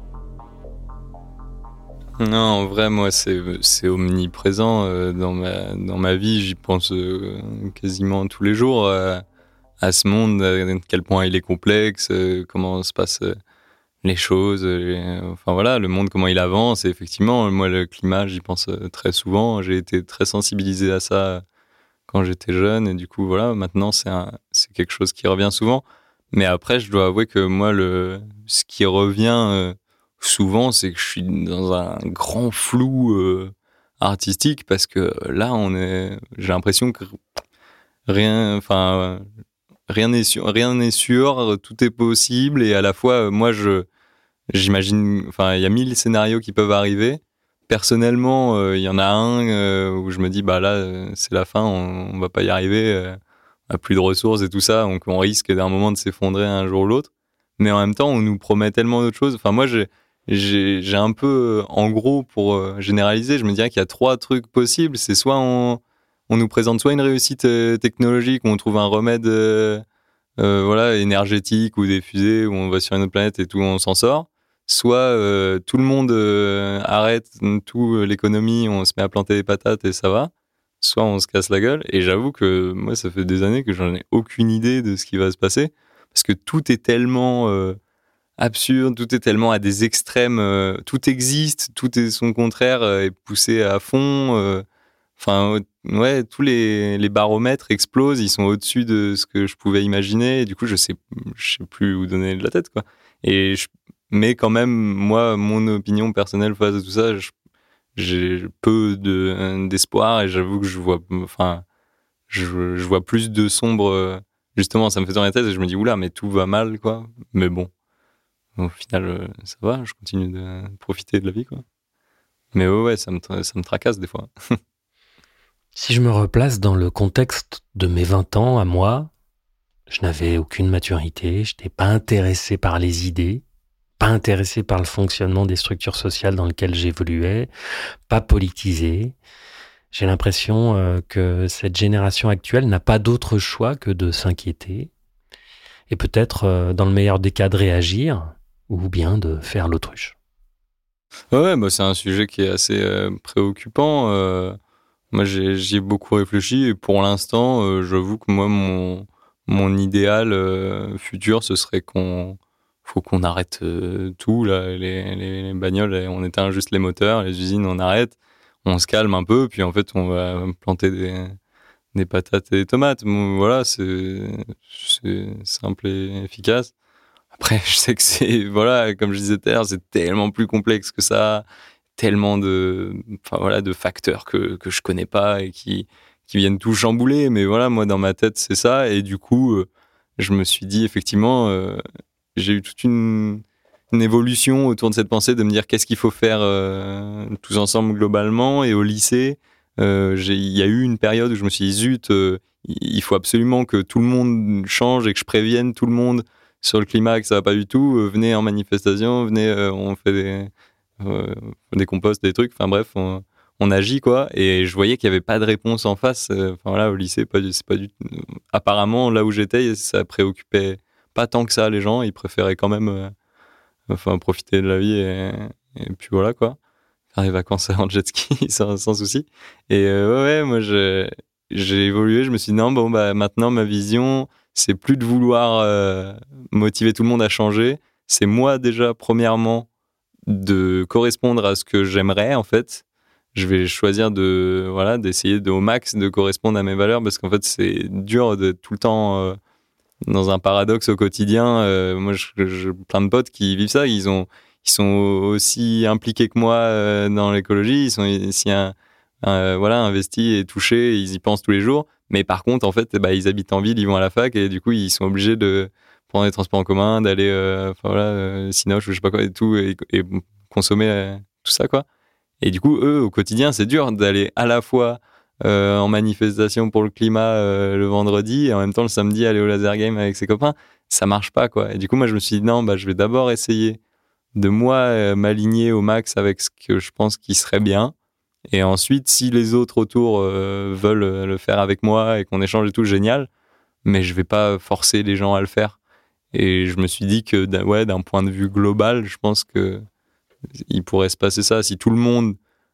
Non, en vrai, moi, c'est, c'est omniprésent euh, dans ma, dans ma vie. J'y pense euh, quasiment tous les jours euh, à ce monde, à quel point il est complexe, euh, comment se passent euh, les choses. euh, enfin voilà, le monde, comment il avance. Et effectivement, moi, le climat, j'y pense euh, très souvent. J'ai été très sensibilisé à ça quand j'étais jeune. Et du coup, voilà, maintenant, c'est, un, c'est quelque chose qui revient souvent. Mais après, je dois avouer que moi, le, ce qui revient... euh, souvent, c'est que je suis dans un grand flou euh, artistique parce que là, on est, j'ai l'impression que rien, enfin, rien n'est sûr, rien n'est sûr, tout est possible et à la fois, moi, je, j'imagine, enfin, il y a mille scénarios qui peuvent arriver. Personnellement, euh, il y en a un euh, où je me dis, bah là, euh, c'est la fin, on, on va pas y arriver, euh, on a plus de ressources et tout ça, donc on risque d'un moment de s'effondrer un jour ou l'autre. Mais en même temps, on nous promet tellement d'autres choses. Enfin, moi, j'ai, j'ai, j'ai un peu, euh, en gros, pour euh, généraliser, je me dirais qu'il y a trois trucs possibles. C'est soit on, on nous présente soit une réussite euh, technologique, où on trouve un remède, euh, euh, voilà, énergétique ou des fusées, où on va sur une autre planète et tout, on s'en sort. Soit euh, tout le monde euh, arrête tout euh, l'économie, on se met à planter des patates et ça va. Soit on se casse la gueule. Et j'avoue que moi, ça fait des années que j'en ai aucune idée de ce qui va se passer. Parce que tout est tellement euh, absurde, tout est tellement à des extrêmes, euh, tout existe, tout est son contraire euh, est poussé à fond. euh. Enfin, ouais, tous les, les baromètres explosent, ils sont au-dessus de ce que je pouvais imaginer. Et du coup, je sais, je sais plus où donner de la tête, quoi. Et je, mais quand même, moi, mon opinion personnelle face à tout ça, je, j'ai peu de, d'espoir et j'avoue que je vois, enfin, je, je vois plus de sombre. Justement, ça me fait dans la tête et je me dis, oula, mais tout va mal, quoi. Mais bon, au final, ça va, je continue de profiter de la vie, quoi. Mais ouais, ouais, ça me, ça me tracasse des fois. Si je me replace dans le contexte de mes vingt ans à moi, je n'avais aucune maturité, je n'étais pas intéressé par les idées, pas intéressé par le fonctionnement des structures sociales dans lesquelles j'évoluais, pas politisé. J'ai l'impression euh, que cette génération actuelle n'a pas d'autre choix que de s'inquiéter et peut-être, euh, dans le meilleur des cas, de réagir ou bien de faire l'autruche. Ouais, ouais, bah c'est un sujet qui est assez euh, préoccupant. Euh, moi, j'ai, j'y ai beaucoup réfléchi et pour l'instant, euh, j'avoue que moi, mon, mon idéal euh, futur, ce serait qu'on faut qu'on arrête euh, tout, là, les, les, les bagnoles, on éteint juste les moteurs, les usines, on arrête, on se calme un peu, puis en fait, on va planter des, des patates et des tomates. Bon, voilà, c'est, c'est simple et efficace. Après, je sais que c'est, voilà, comme je disais tout à l'heure, c'est tellement plus complexe que ça, tellement de, enfin voilà, de facteurs que, que je connais pas et qui, qui viennent tout chambouler. Mais voilà, moi, dans ma tête, c'est ça. Et du coup, euh, je me suis dit, effectivement, euh, j'ai eu toute une, une évolution autour de cette pensée de me dire qu'est-ce qu'il faut faire euh, tous ensemble globalement. Et au lycée, euh, j'ai, il y a eu une période où je me suis dit, zut, euh, il faut absolument que tout le monde change et que je prévienne tout le monde sur le climat que ça va pas du tout. Euh, venez en manifestation, venez, euh, on fait des, euh, des composts, des trucs. Enfin bref, on, on agit quoi. Et je voyais qu'il y avait pas de réponse en face. Euh, Enfin voilà, au lycée, pas, du- c'est pas du. Apparemment, là où j'étais, ça préoccupait pas tant que ça les gens. Ils préféraient quand même, euh, enfin profiter de la vie et, et puis voilà quoi. Faire des vacances en jet ski sans, sans souci. Et euh, ouais, ouais, moi j'ai j'ai évolué. Je me suis dit non bon bah maintenant ma vision c'est plus de vouloir euh, motiver tout le monde à changer. C'est moi déjà premièrement de correspondre à ce que j'aimerais en fait. Je vais choisir de voilà d'essayer de au max de correspondre à mes valeurs parce qu'en fait c'est dur de tout le temps euh, dans un paradoxe au quotidien. Euh, moi, j'ai plein de potes qui vivent ça. Ils ont, ils sont aussi impliqués que moi euh, dans l'écologie. Ils sont aussi un, un, voilà, investis et touchés. Ils y pensent tous les jours. Mais par contre, en fait, bah, ils habitent en ville, ils vont à la fac et du coup, ils sont obligés de prendre les transports en commun, d'aller, euh, enfin voilà, euh, Cinoche ou je sais pas quoi et tout, et, et consommer euh, tout ça, quoi. Et du coup, eux, au quotidien, c'est dur d'aller à la fois euh, en manifestation pour le climat euh, le vendredi et en même temps le samedi aller au laser game avec ses copains. Ça marche pas, quoi. Et du coup, moi, je me suis dit, non, bah, je vais d'abord essayer de moi euh, m'aligner au max avec ce que je pense qui serait bien. Et ensuite, si les autres autour euh, veulent le faire avec moi et qu'on échange et tout, génial. Mais je vais pas forcer les gens à le faire. Et je me suis dit que, d'un- ouais, d'un point de vue global, je pense que il pourrait se passer ça si tout le monde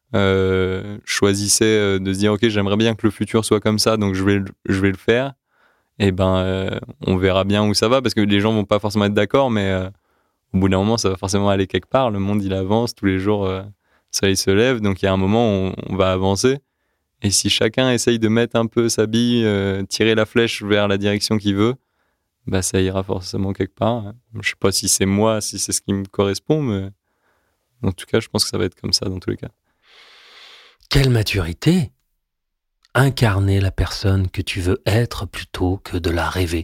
euh, choisissait euh, de se dire ok j'aimerais bien que le futur soit comme ça donc je vais je vais le faire et ben euh, on verra bien où ça va parce que les gens vont pas forcément être d'accord mais euh, au bout d'un moment ça va forcément aller quelque part. Le monde il avance tous les jours, euh, ça il se lève donc il y a un moment où on, on va avancer et si chacun essaye de mettre un peu sa bille, euh, tirer la flèche vers la direction qu'il veut, bah ça ira forcément quelque part. Je sais pas si c'est moi, si c'est ce qui me correspond, mais en tout cas, je pense que ça va être comme ça dans tous les cas. Quelle maturité! Incarner la personne que tu veux être plutôt que de la rêver.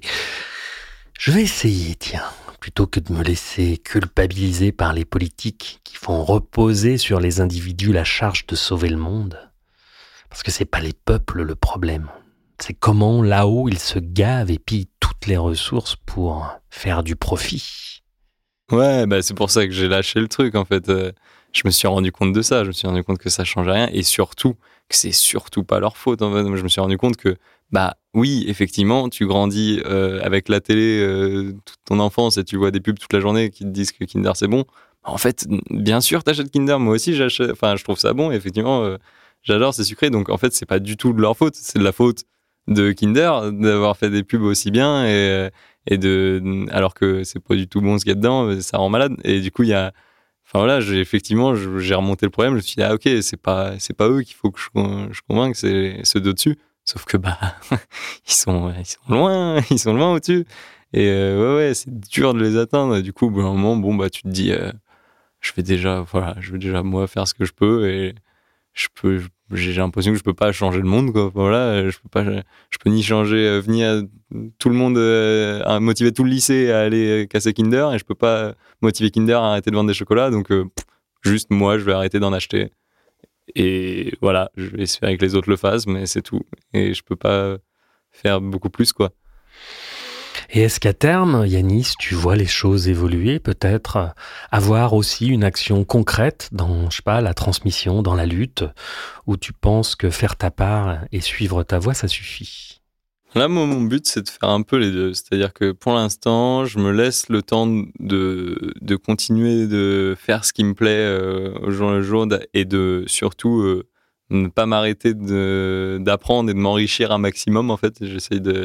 Je vais essayer, tiens, plutôt que de me laisser culpabiliser par les politiques qui font reposer sur les individus la charge de sauver le monde. Parce que c'est pas les peuples le problème. C'est comment là-haut ils se gavent et pillent toutes les ressources pour faire du profit. Ouais, bah c'est pour ça que j'ai lâché le truc en fait. Euh, je me suis rendu compte de ça. Je me suis rendu compte que ça changeait rien et surtout que c'est surtout pas leur faute. En fait, je me suis rendu compte que bah oui, effectivement, tu grandis euh, avec la télé euh, toute ton enfance et tu vois des pubs toute la journée qui te disent que Kinder c'est bon. En fait, bien sûr, t'achètes Kinder. Moi aussi, j'achète. Enfin, je trouve ça bon. Effectivement, euh, j'adore, c'est sucré. Donc en fait, c'est pas du tout de leur faute. C'est de la faute de Kinder d'avoir fait des pubs aussi bien et euh, et de alors que c'est pas du tout bon ce qu'il y a dedans, ça rend malade et du coup il y a enfin voilà, j'ai effectivement j'ai remonté le problème, je me suis dit ah OK, c'est pas c'est pas eux qu'il faut que je, je convainque, c'est ceux d'au-dessus, sauf que bah ils sont ils sont loin, ils sont loin au-dessus et euh, ouais ouais, c'est dur de les atteindre et du coup bah, à un moment bon bah tu te dis euh, je vais déjà voilà, je vais déjà moi faire ce que je peux et je peux, j'ai l'impression que je peux pas changer le monde, quoi. Voilà, je peux pas, je peux ni changer, venir tout le monde, à motiver tout le lycée à aller casser Kinder, et je peux pas motiver Kinder à arrêter de vendre des chocolats. Donc, euh, juste moi, je vais arrêter d'en acheter. Et voilà, je vais espérer que les autres le fassent, mais c'est tout. Et je peux pas faire beaucoup plus, quoi. Et est-ce qu'à terme, Yanis, tu vois les choses évoluer, peut-être avoir aussi une action concrète dans, je sais pas, la transmission, dans la lutte, où tu penses que faire ta part et suivre ta voie, ça suffit? Là, moi, mon but, c'est de faire un peu les deux. C'est-à-dire que pour l'instant, je me laisse le temps de, de continuer de faire ce qui me plaît euh, au jour le jour et de surtout euh, ne pas m'arrêter de, d'apprendre et de m'enrichir un maximum. En fait, j'essaye de,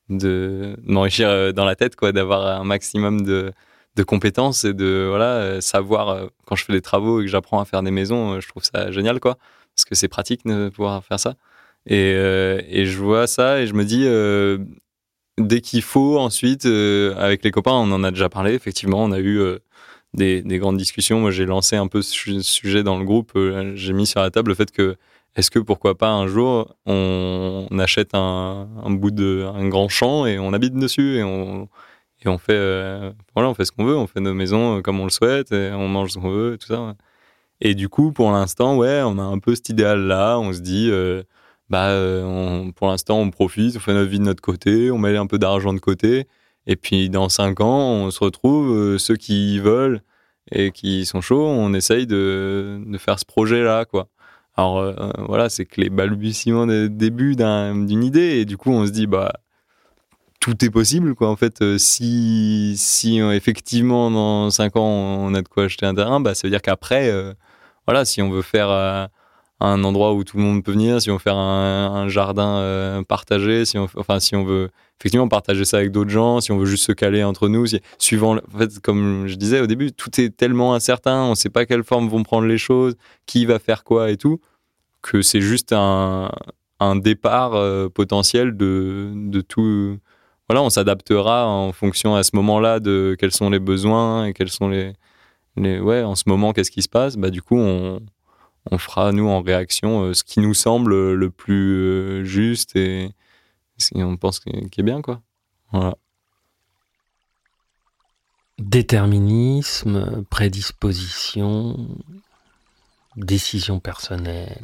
de m'enrichir dans la tête, quoi, d'avoir un maximum de, de compétences et de voilà, savoir quand je fais des travaux et que j'apprends à faire des maisons. Je trouve ça génial, quoi, parce que c'est pratique de pouvoir faire ça. Et, euh, et je vois ça et je me dis, euh, dès qu'il faut, ensuite, euh, avec les copains, on en a déjà parlé, effectivement, on a eu euh, des, des grandes discussions. Moi, j'ai lancé un peu ce sujet dans le groupe, euh, j'ai mis sur la table le fait que, est-ce que pourquoi pas un jour, on, on achète un, un bout de, un grand champ et on habite dessus et on, et on fait, euh, voilà, on fait ce qu'on veut, on fait nos maisons comme on le souhaite et on mange ce qu'on veut et tout ça. Ouais. Et du coup, pour l'instant, ouais, on a un peu cet idéal-là, on se dit... Euh, bah, euh, on, pour l'instant, on profite, on fait notre vie de notre côté, on met un peu d'argent de côté, et puis dans cinq ans, on se retrouve, euh, ceux qui veulent et qui sont chauds, on essaye de, de faire ce projet-là, quoi. Alors, euh, voilà, c'est que les balbutiements des débuts d'un, d'une idée, et du coup, on se dit, bah, tout est possible, quoi. En fait, euh, si, si euh, effectivement, dans cinq ans, on a de quoi acheter un terrain, bah, ça veut dire qu'après, euh, voilà, si on veut faire... Euh, un endroit où tout le monde peut venir, si on veut faire un, un jardin euh, partagé, si on, enfin si on veut effectivement partager ça avec d'autres gens, si on veut juste se caler entre nous, si, suivant, en fait, comme je disais au début, tout est tellement incertain, on ne sait pas quelle forme vont prendre les choses, qui va faire quoi et tout, que c'est juste un, un départ euh, potentiel de, de tout. Voilà, on s'adaptera en fonction à ce moment-là de quels sont les besoins et quels sont les, les ouais, en ce moment, qu'est-ce qui se passe. Bah, du coup, on on fera, nous, en réaction, euh, ce qui nous semble le plus euh, juste et ce qu'on pense qui est bien, quoi. Voilà. Déterminisme, prédisposition, décision personnelle.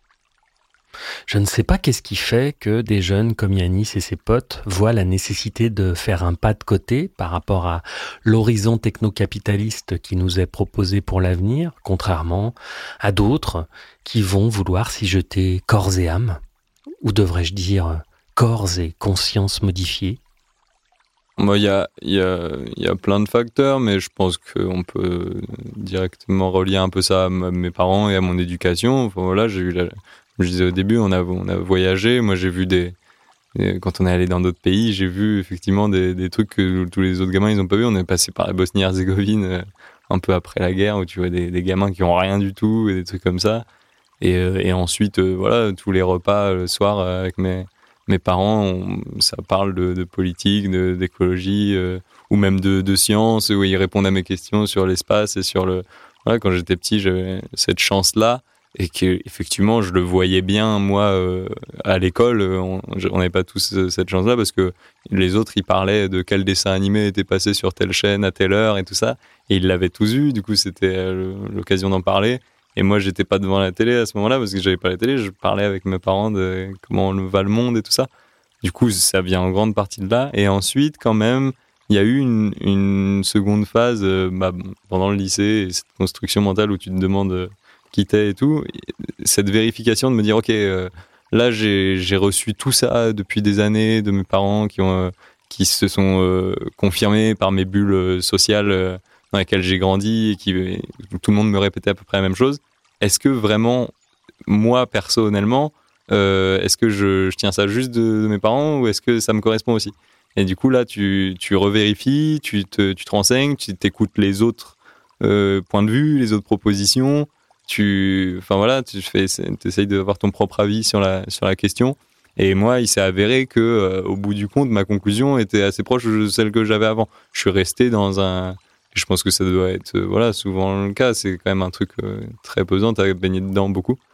Je ne sais pas qu'est-ce qui fait que des jeunes comme Yanis et ses potes voient la nécessité de faire un pas de côté par rapport à l'horizon techno-capitaliste qui nous est proposé pour l'avenir, contrairement à d'autres qui vont vouloir s'y jeter corps et âme, ou devrais-je dire corps et conscience modifiés. Moi, il y a, y, a, y a plein de facteurs, mais je pense qu'on peut directement relier un peu ça à mes parents et à mon éducation. Enfin, voilà, j'ai eu la... Je disais au début, on a, on a voyagé. Moi, j'ai vu des, des... Quand on est allé dans d'autres pays, j'ai vu effectivement des, des trucs que tous les autres gamins, ils n'ont pas vu. On est passé par la Bosnie-Herzégovine euh, un peu après la guerre, où tu vois des, des gamins qui n'ont rien du tout et des trucs comme ça. Et, euh, et ensuite, euh, voilà, tous les repas le soir euh, avec mes, mes parents, on, ça parle de, de politique, de, d'écologie, euh, ou même de, de science, où ils répondent à mes questions sur l'espace et sur le... Voilà, quand j'étais petit, j'avais cette chance-là. Et que effectivement je le voyais bien moi euh, à l'école, on n'avait pas tous cette chance-là parce que les autres ils parlaient de quel dessin animé était passé sur telle chaîne à telle heure et tout ça, et ils l'avaient tous vu, du coup c'était l'occasion d'en parler. Et moi j'étais pas devant la télé à ce moment-là parce que j'avais pas la télé, je parlais avec mes parents de comment va le monde et tout ça. Du coup ça vient en grande partie de là. Et ensuite quand même il y a eu une, une seconde phase euh, bah, pendant le lycée, et cette construction mentale où tu te demandes euh, qui t'es et tout, cette vérification de me dire ok, euh, là j'ai, j'ai reçu tout ça depuis des années de mes parents qui, ont, euh, qui se sont euh, confirmés par mes bulles sociales euh, dans lesquelles j'ai grandi et qui tout le monde me répétait à peu près la même chose. Est-ce que vraiment, moi personnellement, euh, est-ce que je, je tiens ça juste de, de mes parents ou est-ce que ça me correspond aussi? Et du coup là tu, tu revérifies, tu te, tu te renseignes, tu t'écoutes les autres euh, points de vue, les autres propositions. Tu, enfin voilà, tu fais, t'essayes d'avoir ton propre avis sur la sur la question. Et moi, il s'est avéré que, euh, au bout du compte, ma conclusion était assez proche de celle que j'avais avant. Je suis resté dans un, je pense que ça doit être, euh, voilà, souvent le cas. C'est quand même un truc euh, très pesant. T'as baigné dedans beaucoup.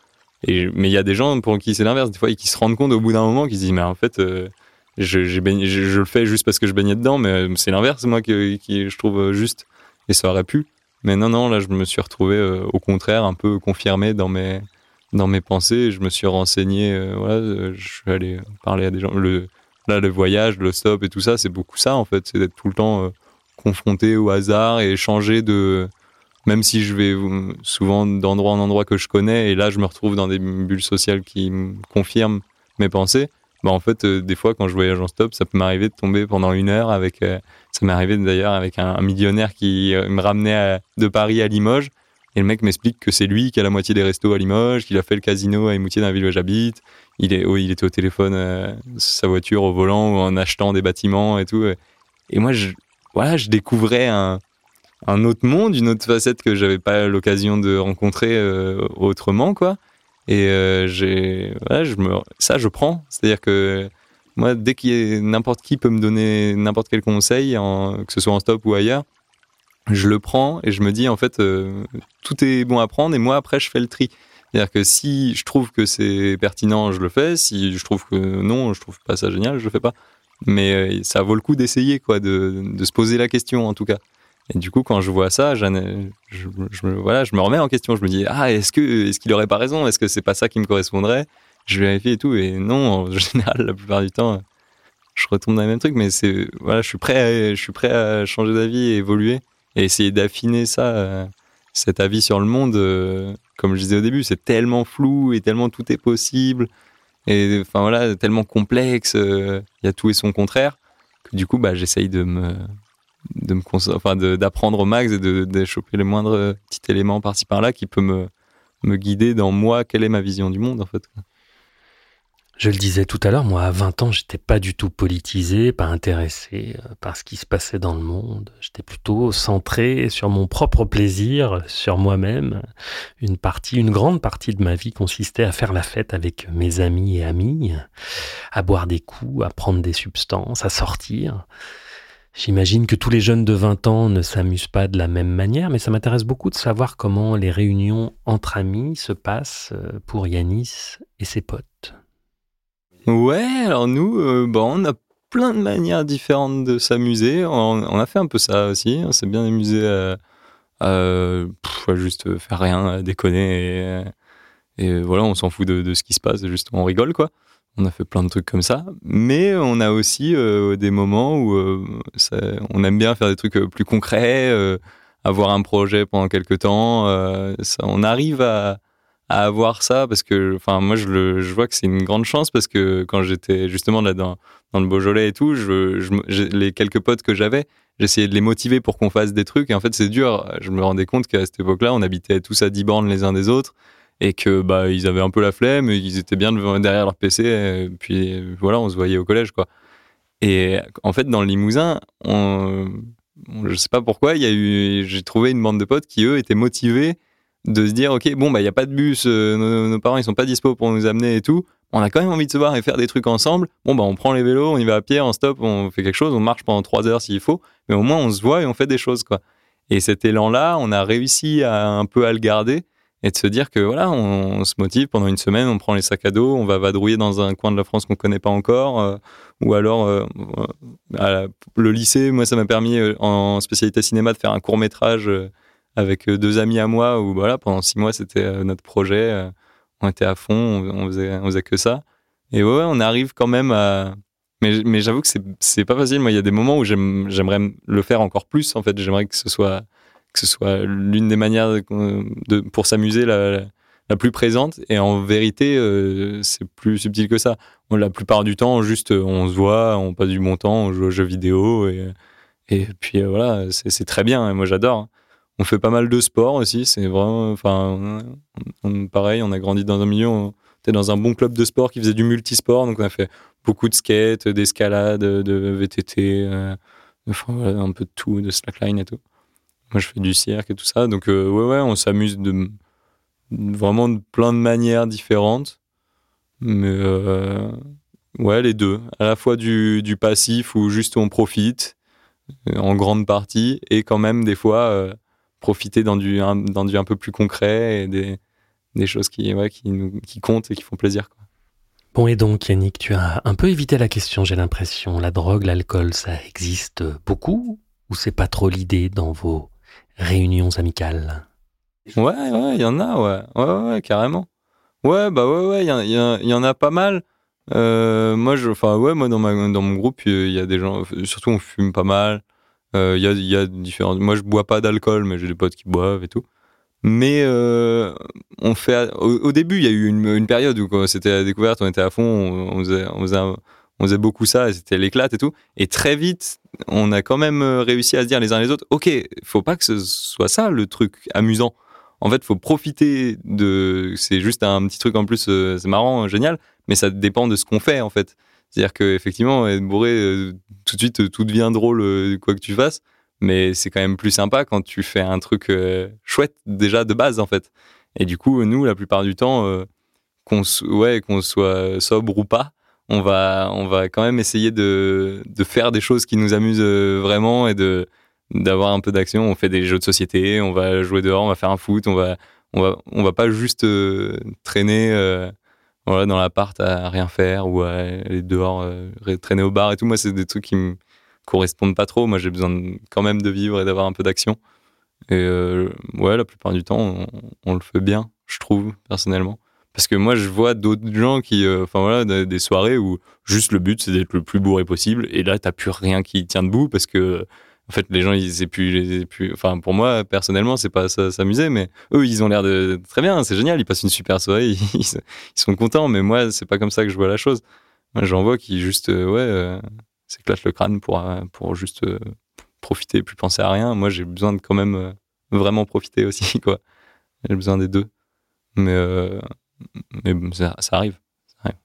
Et, mais il y a des gens pour qui c'est l'inverse, des fois, et qui se rendent compte au bout d'un moment, qui se disent, mais en fait, euh, je, j'ai baigné, je, je le fais juste parce que je baignais dedans, mais c'est l'inverse, moi, qui, qui je trouve juste, et ça aurait pu. Mais non, non, là, je me suis retrouvé, euh, au contraire, un peu confirmé dans mes, dans mes pensées. Je me suis renseigné, euh, voilà, je suis allé parler à des gens. Le, là, le voyage, le stop et tout ça, c'est beaucoup ça, en fait, c'est d'être tout le temps euh, confronté au hasard et changer de... Même si je vais souvent d'endroit en endroit que je connais, et là je me retrouve dans des bulles sociales qui me confirment mes pensées, bah en fait, euh, des fois quand je voyage en stop, ça peut m'arriver de tomber pendant une heure avec... Euh, ça m'est arrivé d'ailleurs avec un, un millionnaire qui euh, me ramenait à, de Paris à Limoges, et le mec m'explique que c'est lui qui a la moitié des restos à Limoges, qu'il a fait le casino à Émoutier dans la ville où j'habite, il, est, oh, il était au téléphone, euh, sa voiture au volant, ou en achetant des bâtiments et tout. Et moi, je, voilà, je découvrais un... un autre monde, une autre facette que j'avais pas l'occasion de rencontrer euh, autrement, quoi. Et euh, j'ai, ouais, je me, ça, je prends. C'est-à-dire que moi, dès qu'il y a n'importe qui peut me donner n'importe quel conseil, en, que ce soit en stop ou ailleurs, je le prends et je me dis en fait, euh, tout est bon à prendre. Et moi, après, je fais le tri. C'est-à-dire que si je trouve que c'est pertinent, je le fais. Si je trouve que non, je trouve pas ça génial, je le fais pas. Mais euh, ça vaut le coup d'essayer, quoi, de, de se poser la question, en tout cas. Et du coup, quand je vois ça, je, je, je, voilà, je me remets en question. Je me dis, ah, est-ce que, est-ce qu'il aurait pas raison? Est-ce que c'est pas ça qui me correspondrait? Je vérifie et tout. Et non, en général, la plupart du temps, je retombe dans les mêmes trucs. Mais c'est, voilà, je suis prêt à, je suis prêt à changer d'avis et évoluer et essayer d'affiner ça, cet avis sur le monde. Comme je disais au début, c'est tellement flou et tellement tout est possible. Et enfin voilà, tellement complexe. Il y a tout et son contraire. Que du coup, bah, j'essaye de me de me cons- enfin de, d'apprendre au max et de, de choper le moindre petit élément par-ci par-là qui peut me, me guider dans moi, quelle est ma vision du monde en fait. Je le disais tout à l'heure, moi à vingt ans, j'étais pas du tout politisé, pas intéressé par ce qui se passait dans le monde. J'étais plutôt centré sur mon propre plaisir, sur moi-même. Une partie, une grande partie de ma vie consistait à faire la fête avec mes amis et amies, à boire des coups, à prendre des substances, à sortir. J'imagine que tous les jeunes de vingt ans ne s'amusent pas de la même manière, mais ça m'intéresse beaucoup de savoir comment les réunions entre amis se passent pour Yanis et ses potes. Ouais, alors nous, euh, bon, on a plein de manières différentes de s'amuser. On, on a fait un peu ça aussi. On s'est bien amusé à, à, pff, à juste faire rien, à déconner. Et, et voilà, on s'en fout de, de ce qui se passe, juste on rigole, quoi. On a fait plein de trucs comme ça, mais on a aussi euh, des moments où euh, ça, on aime bien faire des trucs plus concrets, euh, avoir un projet pendant quelques temps. Euh, ça, on arrive à, à avoir ça parce que, enfin, moi, je, le, je vois que c'est une grande chance parce que quand j'étais justement là dans, dans le Beaujolais et tout, je, je, les quelques potes que j'avais, j'essayais de les motiver pour qu'on fasse des trucs. Et en fait, c'est dur. Je me rendais compte qu'à cette époque-là, on habitait tous à dix bornes les uns des autres. Et que bah ils avaient un peu la flemme, ils étaient bien devant, derrière leur P C, et puis voilà, on se voyait au collège, quoi. Et en fait, dans le Limousin, on, on, je sais pas pourquoi, il y a eu, j'ai trouvé une bande de potes qui eux étaient motivés de se dire, ok, bon bah il y a pas de bus, euh, nos, nos parents ils sont pas dispo pour nous amener et tout, on a quand même envie de se voir et faire des trucs ensemble. Bon bah on prend les vélos, on y va à pied, on stop, on fait quelque chose, on marche pendant trois heures s'il faut, mais au moins on se voit et on fait des choses, quoi. Et cet élan-là, on a réussi à un peu à le garder. Et de se dire que voilà, on, on se motive pendant une semaine, on prend les sacs à dos, on va vadrouiller dans un coin de la France qu'on connaît pas encore, euh, ou alors euh, à la, le lycée, moi ça m'a permis euh, en spécialité cinéma de faire un court métrage euh, avec deux amis à moi où voilà pendant six mois c'était euh, notre projet, euh, on était à fond, on, on faisait on faisait que ça. Et ouais, on arrive quand même à, mais mais j'avoue que c'est c'est pas facile. Moi il y a des moments où j'aime, j'aimerais le faire encore plus en fait. J'aimerais que ce soit que ce soit l'une des manières de, de, pour s'amuser la, la plus présente. Et en vérité, euh, c'est plus subtil que ça. On, la plupart du temps, juste, on se voit, on passe du bon temps, on joue aux jeux vidéo. Et, et puis euh, voilà, c'est, c'est très bien. Et moi, j'adore. On fait pas mal de sport aussi. C'est vraiment... Enfin, on, on, pareil, on a grandi dans un milieu... On était dans un bon club de sport qui faisait du multisport. Donc, on a fait beaucoup de skate, d'escalade, de V T T, euh, enfin, voilà, un peu de tout, de slackline et tout. Moi, je fais du cirque et tout ça. Donc, euh, ouais, ouais, on s'amuse de, vraiment de plein de manières différentes. Mais, euh, ouais, les deux. À la fois du, du passif où juste on profite, euh, en grande partie, et quand même, des fois, euh, profiter dans du, un, dans du un peu plus concret et des, des choses qui, ouais, qui, nous, qui comptent et qui font plaisir, quoi. Bon, et donc, Yannick, tu as un peu évité la question, j'ai l'impression. La drogue, l'alcool, ça existe beaucoup ou c'est pas trop l'idée dans vos réunions amicales? Ouais, ouais, il y en a, ouais. Ouais, ouais, carrément. Ouais, bah ouais, ouais, il y, en- y, en- y en a pas mal. Euh, moi, je, enfin, ouais, moi, dans, ma, dans mon groupe, il y a des gens, surtout on fume pas mal. Il euh, y, a, y a différents. Moi, je bois pas d'alcool, mais j'ai des potes qui boivent et tout. Mais euh, on fait au, au début, il y a eu une, une période où quand c'était la découverte, on était à fond, on, on, faisait, on, faisait, on faisait beaucoup ça, et c'était l'éclate et tout. Et très vite, on a quand même réussi à se dire les uns les autres, ok, faut pas que ce soit ça le truc amusant. En fait, faut profiter de. C'est juste un petit truc en plus, euh, c'est marrant, génial, mais ça dépend de ce qu'on fait en fait. C'est-à-dire qu'effectivement, être bourré, euh, tout de suite, tout devient drôle, euh, quoi que tu fasses. Mais c'est quand même plus sympa quand tu fais un truc euh, chouette déjà de base en fait. Et du coup, nous, la plupart du temps, euh, qu'on, ouais, qu'on soit sobre ou pas, on va, on va quand même essayer de, de faire des choses qui nous amusent euh, vraiment et de, d'avoir un peu d'action. On fait des jeux de société, on va jouer dehors, on va faire un foot, on va, on va, on va pas juste euh, traîner euh, voilà, dans l'appart à rien faire ou à aller dehors, euh, traîner au bar et tout. Moi, c'est des trucs qui me correspondent pas trop. Moi, j'ai besoin de, quand même de vivre et d'avoir un peu d'action. Et euh, ouais, la plupart du temps, on, on le fait bien, je trouve, personnellement. Parce que moi, je vois d'autres gens qui, enfin euh, voilà, des soirées où juste le but, c'est d'être le plus bourré possible. Et là, t'as plus rien qui tient debout parce que, en fait, les gens, ils c'est plus, plus, enfin, pour moi, personnellement, c'est pas ça, s'amuser, mais eux, ils ont l'air de très bien, c'est génial, ils passent une super soirée, ils, ils sont contents. Mais moi, c'est pas comme ça que je vois la chose. Moi, j'en vois qui juste, euh, ouais, euh, s'éclatent le crâne pour, euh, pour juste euh, profiter, plus penser à rien. Moi, j'ai besoin de quand même euh, vraiment profiter aussi, quoi. J'ai besoin des deux. Mais, euh, mais ça, ça, arrive. ça arrive.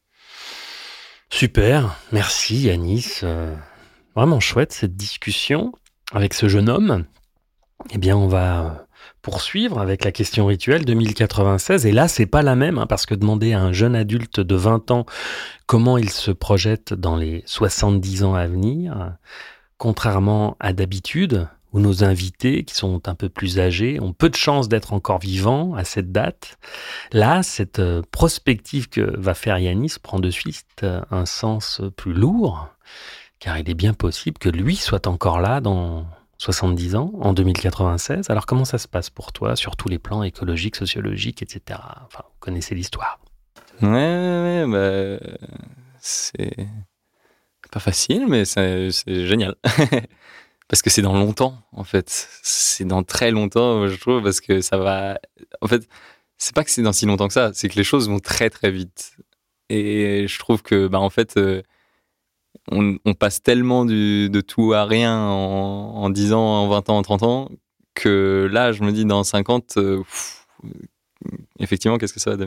Super, merci Yanis. Euh, vraiment chouette cette discussion avec ce jeune homme. Eh bien, on va poursuivre avec la question rituelle deux mille quatre-vingt-seize. Et là, c'est pas la même, hein, parce que demander à un jeune adulte de vingt ans comment il se projette dans les soixante-dix ans à venir, contrairement à d'habitude, où nos invités, qui sont un peu plus âgés, ont peu de chances d'être encore vivants à cette date. Là, cette prospective que va faire Yanis prend de suite un sens plus lourd, car il est bien possible que lui soit encore là dans soixante-dix ans, en deux mille quatre-vingt-seize. Alors comment ça se passe pour toi, sur tous les plans écologiques, sociologiques, et cetera. Enfin, vous connaissez l'histoire. Ouais, ouais, ouais, bah, c'est pas facile, mais c'est, c'est génial. Parce que c'est dans longtemps, en fait. C'est dans très longtemps, je trouve, parce que ça va... En fait, c'est pas que c'est dans si longtemps que ça, c'est que les choses vont très, très vite. Et je trouve que, bah, en fait, euh, on, on passe tellement du, de tout à rien en, en dix ans, en vingt ans, en trente ans, que là, je me dis, dans cinquante, euh, pff, effectivement, qu'est-ce que ça va devenir ?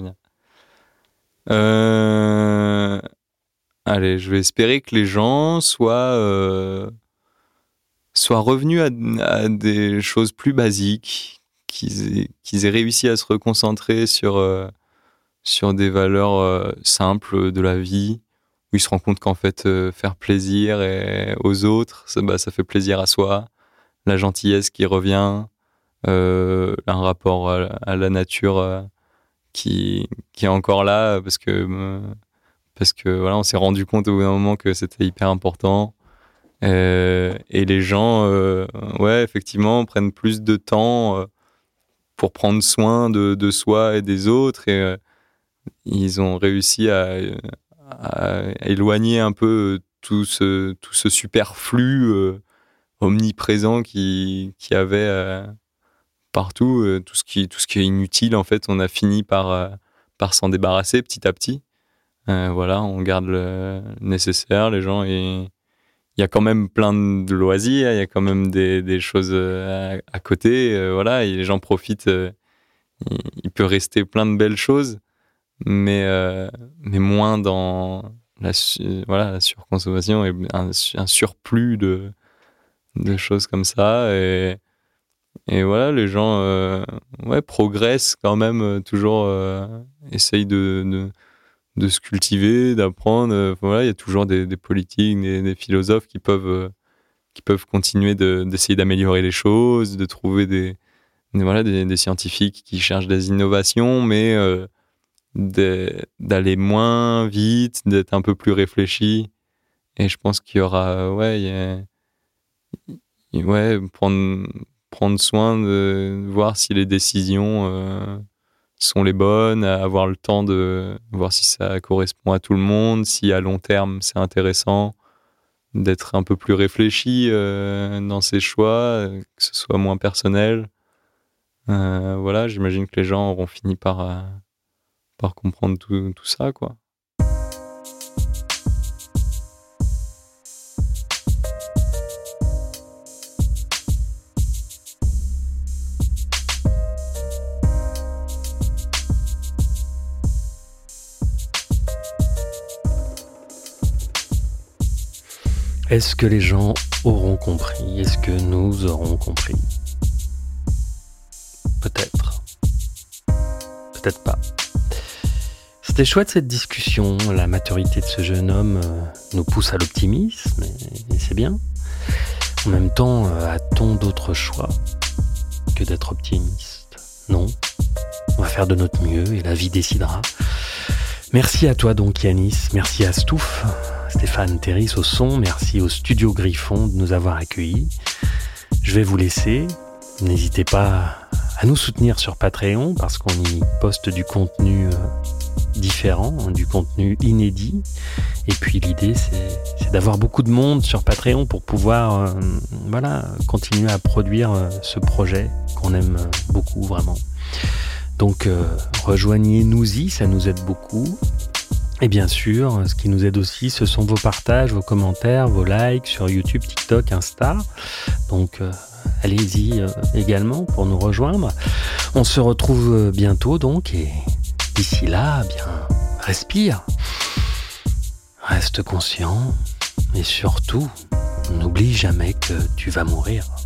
euh... Allez, je vais espérer que les gens soient... Euh... soient revenus à, à des choses plus basiques, qu'ils aient, qu'ils aient réussi à se reconcentrer sur, euh, sur des valeurs euh, simples de la vie, où ils se rendent compte qu'en fait, euh, faire plaisir et, aux autres, ça, bah, ça fait plaisir à soi, la gentillesse qui revient, euh, un rapport à, à la nature euh, qui, qui est encore là, parce que, euh, parce que voilà, on s'est rendu compte au bout d'un moment que c'était hyper important. Euh, et les gens, euh, ouais, effectivement, prennent plus de temps euh, pour prendre soin de, de soi et des autres. Et euh, ils ont réussi à, à éloigner un peu tout ce, tout ce superflu euh, omniprésent qui, qui avait euh, partout. Euh, tout, ce qui, tout ce qui est inutile, en fait, on a fini par, euh, par s'en débarrasser petit à petit. Euh, voilà, on garde le nécessaire, les gens, et il y a quand même plein de loisirs, il y a quand même des, des choses à, à côté, euh, voilà, et les gens profitent. Euh, il, il peut rester plein de belles choses, mais euh, mais moins dans la voilà la surconsommation et un, un surplus de de choses comme ça. Et et voilà, les gens euh, ouais progressent quand même euh, toujours, euh, essayent de, de de se cultiver, d'apprendre. Euh, voilà, il y a toujours des, des politiques, des, des philosophes qui peuvent euh, qui peuvent continuer de, d'essayer d'améliorer les choses, de trouver des, voilà, des, des scientifiques qui cherchent des innovations, mais euh, de, d'aller moins vite, d'être un peu plus réfléchi. Et je pense qu'il y aura, ouais, il y a, ouais, prendre, prendre soin de voir si les décisions euh, sont les bonnes, avoir le temps de voir si ça correspond à tout le monde, si à long terme c'est intéressant, d'être un peu plus réfléchi euh, dans ses choix, que ce soit moins personnel. Euh, voilà, j'imagine que les gens auront fini par, euh, par comprendre tout, tout ça, quoi. Est-ce que les gens auront compris? Est-ce que nous aurons compris? Peut-être. Peut-être pas. C'était chouette cette discussion. La maturité de ce jeune homme euh, nous pousse à l'optimisme, et, et c'est bien. En même temps, euh, a-t-on d'autres choix que d'être optimiste? Non. On va faire de notre mieux et la vie décidera. Merci à toi donc Yanis, merci à Stouff, Stéphane Terris au son, merci au Studio Griffon de nous avoir accueillis. Je vais vous laisser, n'hésitez pas à nous soutenir sur Patreon parce qu'on y poste du contenu différent, du contenu inédit. Et puis l'idée c'est, c'est d'avoir beaucoup de monde sur Patreon pour pouvoir euh, voilà, continuer à produire euh, ce projet qu'on aime beaucoup vraiment. Donc euh, rejoignez-nous-y, ça nous aide beaucoup. Et bien sûr, ce qui nous aide aussi, ce sont vos partages, vos commentaires, vos likes sur YouTube, TikTok, Insta. Donc euh, allez-y euh, également pour nous rejoindre. On se retrouve euh, bientôt donc et d'ici là, bien respire, reste conscient et surtout, n'oublie jamais que tu vas mourir.